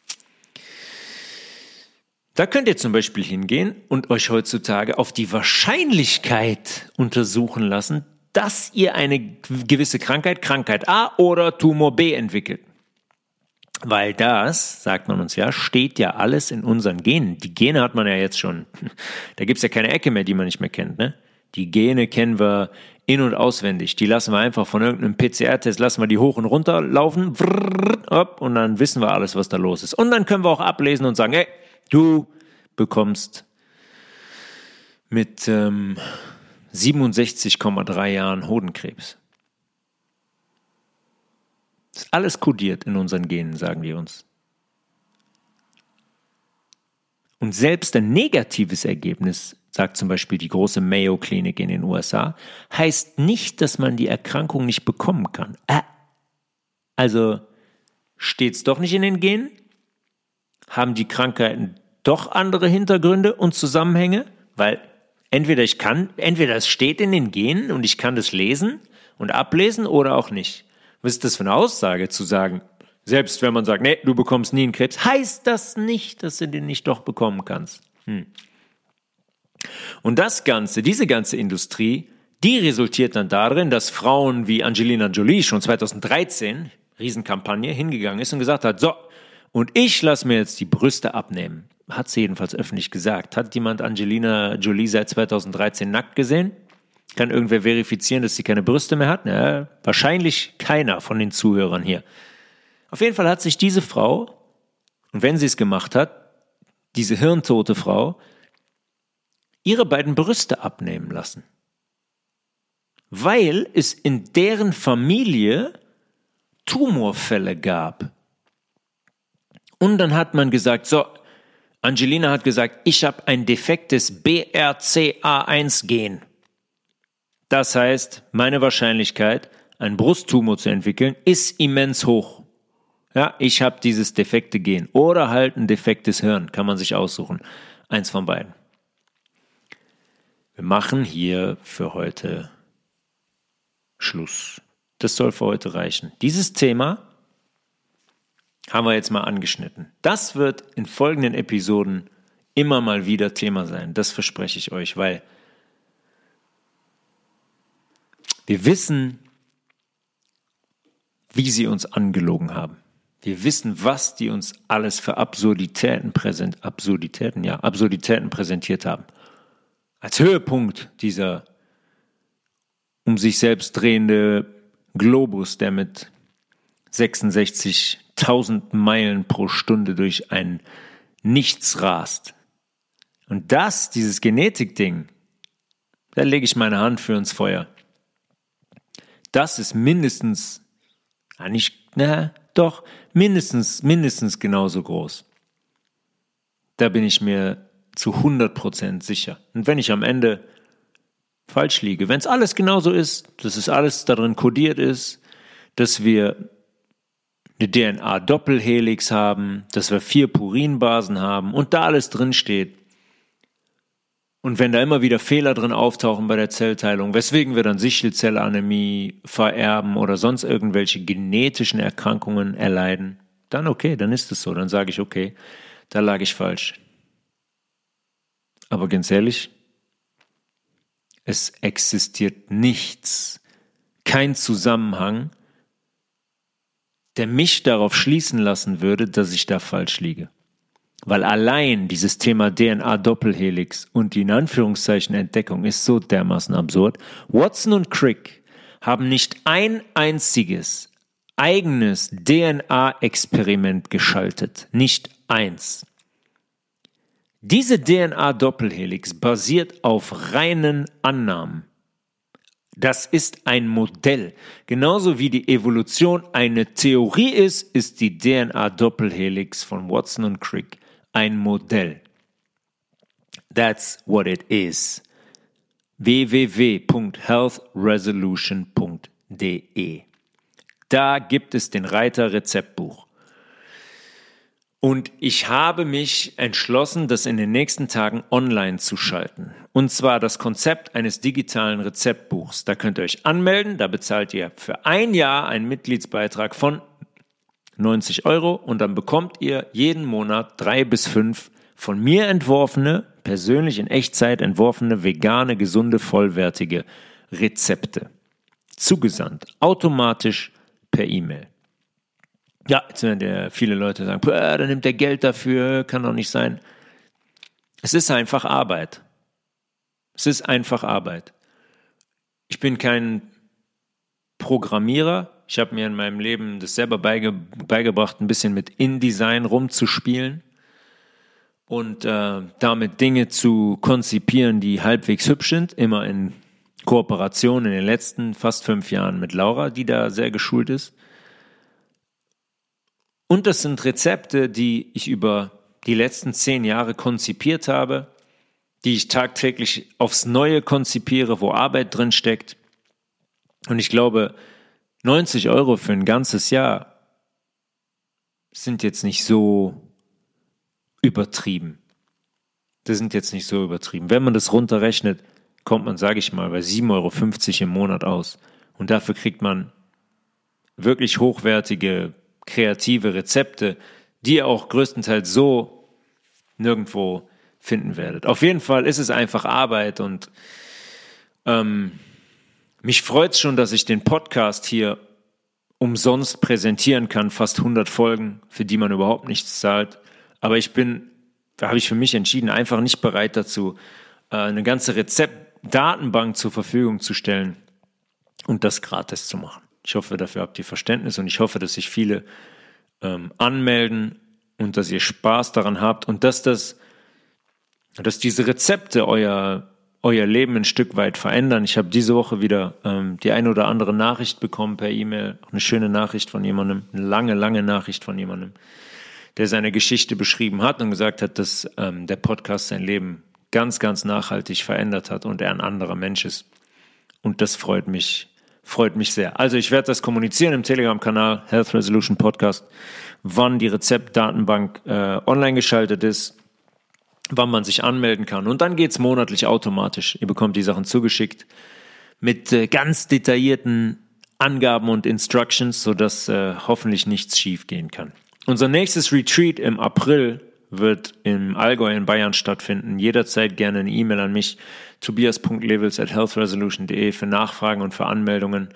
Da könnt ihr zum Beispiel hingehen und euch heutzutage auf die Wahrscheinlichkeit untersuchen lassen, dass ihr eine gewisse Krankheit, Krankheit A oder Tumor B entwickelt. Weil das, sagt man uns ja, steht ja alles in unseren Genen. Die Gene hat man ja jetzt schon. Da gibt's ja keine Ecke mehr, die man nicht mehr kennt, ne? Die Gene kennen wir in- und auswendig. Die lassen wir einfach von irgendeinem P C R-Test, lassen wir die hoch und runter laufen, und dann wissen wir alles, was da los ist. Und dann können wir auch ablesen und sagen, hey, du bekommst mit ähm, siebenundsechzig Komma drei Jahren Hodenkrebs. Das ist alles kodiert in unseren Genen, sagen die uns. Und selbst ein negatives Ergebnis, sagt zum Beispiel die große Mayo Klinik in den U S A, heißt nicht, dass man die Erkrankung nicht bekommen kann. Äh, also steht's doch nicht in den Genen? Haben die Krankheiten doch andere Hintergründe und Zusammenhänge? Weil entweder ich kann, entweder es steht in den Genen und ich kann das lesen und ablesen oder auch nicht. Was ist das für eine Aussage, zu sagen, selbst wenn man sagt, nee, du bekommst nie einen Krebs, heißt das nicht, dass du den nicht doch bekommen kannst. Hm. Und das Ganze, diese ganze Industrie, die resultiert dann darin, dass Frauen wie Angelina Jolie schon zweitausenddreizehn, Riesenkampagne, hingegangen ist und gesagt hat, so, und ich lasse mir jetzt die Brüste abnehmen. Hat sie jedenfalls öffentlich gesagt. Hat jemand Angelina Jolie seit zweitausenddreizehn nackt gesehen? Kann irgendwer verifizieren, dass sie keine Brüste mehr hat? Ja, wahrscheinlich keiner von den Zuhörern hier. Auf jeden Fall hat sich diese Frau, und wenn sie es gemacht hat, diese hirntote Frau, ihre beiden Brüste abnehmen lassen. Weil es in deren Familie Tumorfälle gab. Und dann hat man gesagt, so, Angelina hat gesagt, ich habe ein defektes B R C A eins Gen. Das heißt, meine Wahrscheinlichkeit, einen Brusttumor zu entwickeln, ist immens hoch. Ja, ich habe dieses defekte Gen. Oder halt ein defektes Hirn, kann man sich aussuchen. Eins von beiden. Wir machen hier für heute Schluss. Das soll für heute reichen. Dieses Thema haben wir jetzt mal angeschnitten. Das wird in folgenden Episoden immer mal wieder Thema sein. Das verspreche ich euch, weil wir wissen, wie sie uns angelogen haben. Wir wissen, was die uns alles für Absurditäten präsent, Absurditäten, ja, Absurditäten präsentiert haben. Als Höhepunkt dieser um sich selbst drehende Globus, der mit sechsundsechzigtausend Meilen pro Stunde durch ein Nichts rast. Und das, dieses Genetikding, da lege ich meine Hand für ins Feuer. Das ist mindestens, ah, nicht, na, doch, mindestens, mindestens genauso groß. Da bin ich mir zu hundert Prozent sicher. Und wenn ich am Ende falsch liege, wenn es alles genauso ist, dass es alles darin kodiert ist, dass wir eine D N A-Doppelhelix haben, dass wir vier Purinbasen haben und da alles drin steht. Und wenn da immer wieder Fehler drin auftauchen bei der Zellteilung, weswegen wir dann Sichelzellanämie vererben oder sonst irgendwelche genetischen Erkrankungen erleiden, dann okay, dann ist es so. Dann sage ich, okay, da lag ich falsch. Aber ganz ehrlich, es existiert nichts, kein Zusammenhang, der mich darauf schließen lassen würde, dass ich da falsch liege. Weil allein dieses Thema D N A-Doppelhelix und die in Anführungszeichen Entdeckung ist so dermaßen absurd. Watson und Crick haben nicht ein einziges eigenes D N A-Experiment geschaltet. Nicht eins. Diese D N A-Doppelhelix basiert auf reinen Annahmen. Das ist ein Modell. Genauso wie die Evolution eine Theorie ist, ist die D N A-Doppelhelix von Watson und Crick ein Modell. That's what it is. w w w punkt health resolution punkt d e. Da gibt es den Reiter Rezeptbuch. Und ich habe mich entschlossen, das in den nächsten Tagen online zu schalten. Und zwar das Konzept eines digitalen Rezeptbuchs. Da könnt ihr euch anmelden, da bezahlt ihr für ein Jahr einen Mitgliedsbeitrag von neunzig Euro und dann bekommt ihr jeden Monat drei bis fünf von mir entworfene, persönlich in Echtzeit entworfene, vegane, gesunde, vollwertige Rezepte. Zugesandt, automatisch per E-Mail. Ja, jetzt werden ja viele Leute sagen, da nimmt der Geld dafür, kann doch nicht sein. Es ist einfach Arbeit. Es ist einfach Arbeit. Ich bin kein Programmierer. Ich habe mir in meinem Leben das selber beige, beigebracht, ein bisschen mit InDesign rumzuspielen und äh, damit Dinge zu konzipieren, die halbwegs hübsch sind, immer in Kooperation in den letzten fast fünf Jahren mit Laura, die da sehr geschult ist. Und das sind Rezepte, die ich über die letzten zehn Jahre konzipiert habe, die ich tagtäglich aufs Neue konzipiere, wo Arbeit drin steckt. Und ich glaube, neunzig Euro für ein ganzes Jahr sind jetzt nicht so übertrieben. Das sind jetzt nicht so übertrieben. Wenn man das runterrechnet, kommt man, sage ich mal, bei sieben Euro fünfzig im Monat aus. Und dafür kriegt man wirklich hochwertige, kreative Rezepte, die ihr auch größtenteils so nirgendwo finden werdet. Auf jeden Fall ist es einfach Arbeit und ähm, mich freut es schon, dass ich den Podcast hier umsonst präsentieren kann, fast hundert Folgen, für die man überhaupt nichts zahlt. Aber ich bin, da habe ich für mich entschieden, einfach nicht bereit dazu, eine ganze Rezeptdatenbank zur Verfügung zu stellen und das gratis zu machen. Ich hoffe, dafür habt ihr Verständnis und ich hoffe, dass sich viele ähm, anmelden und dass ihr Spaß daran habt und dass das, dass diese Rezepte euer, euer Leben ein Stück weit verändern. Ich habe diese Woche wieder ähm, die eine oder andere Nachricht bekommen per E-Mail, eine schöne Nachricht von jemandem, eine lange, lange Nachricht von jemandem, der seine Geschichte beschrieben hat und gesagt hat, dass ähm, der Podcast sein Leben ganz, ganz nachhaltig verändert hat und er ein anderer Mensch ist. Und das freut mich, freut mich sehr. Also ich werde das kommunizieren im Telegram-Kanal Health Resolution Podcast, wann die Rezeptdatenbank äh, online geschaltet ist, wann man sich anmelden kann. Und dann geht's monatlich automatisch. Ihr bekommt die Sachen zugeschickt mit äh, ganz detaillierten Angaben und Instructions, sodass äh, hoffentlich nichts schief gehen kann. Unser nächstes Retreat im April wird im Allgäu in Bayern stattfinden. Jederzeit gerne eine E-Mail an mich, tobias punkt levels at healthresolution punkt de für Nachfragen und für Anmeldungen.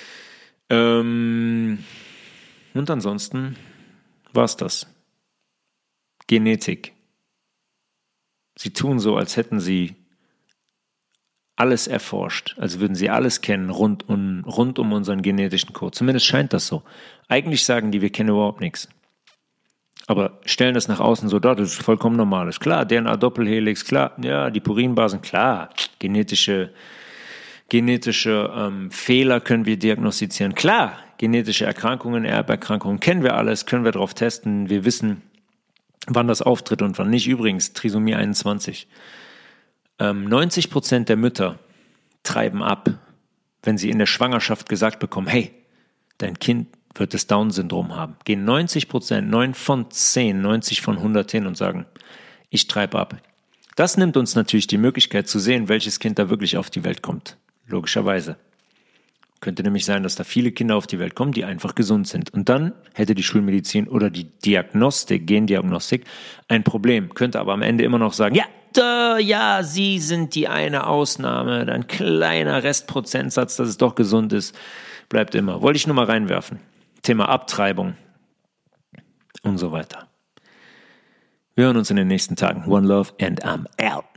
Ähm und ansonsten war's das. Genetik. Sie tun so, als hätten sie alles erforscht, als würden sie alles kennen rund um, rund um unseren genetischen Code. Zumindest scheint das so. Eigentlich sagen die, wir kennen überhaupt nichts. Aber stellen das nach außen so dar, das ist vollkommen normal. Ist klar, D N A-Doppelhelix, klar, ja, die Purinbasen, klar, genetische, genetische ähm, Fehler können wir diagnostizieren, klar, genetische Erkrankungen, Erberkrankungen kennen wir alles, können wir drauf testen, wir wissen, wann das auftritt und wann nicht. Übrigens, Trisomie einundzwanzig. Ähm, neunzig Prozent der Mütter treiben ab, wenn sie in der Schwangerschaft gesagt bekommen, hey, dein Kind wird das Down-Syndrom haben. Gehen neunzig Prozent, neun von zehn, neunzig von hundert hin und sagen, ich treibe ab. Das nimmt uns natürlich die Möglichkeit zu sehen, welches Kind da wirklich auf die Welt kommt. Logischerweise. Könnte nämlich sein, dass da viele Kinder auf die Welt kommen, die einfach gesund sind. Und dann hätte die Schulmedizin oder die Diagnostik, Gendiagnostik, ein Problem. Könnte aber am Ende immer noch sagen, ja, da, ja, Sie sind die eine Ausnahme, ein kleiner Restprozentsatz, dass es doch gesund ist, bleibt immer. Wollte ich nur mal reinwerfen. Thema Abtreibung und so weiter. Wir hören uns in den nächsten Tagen. One love and I'm out.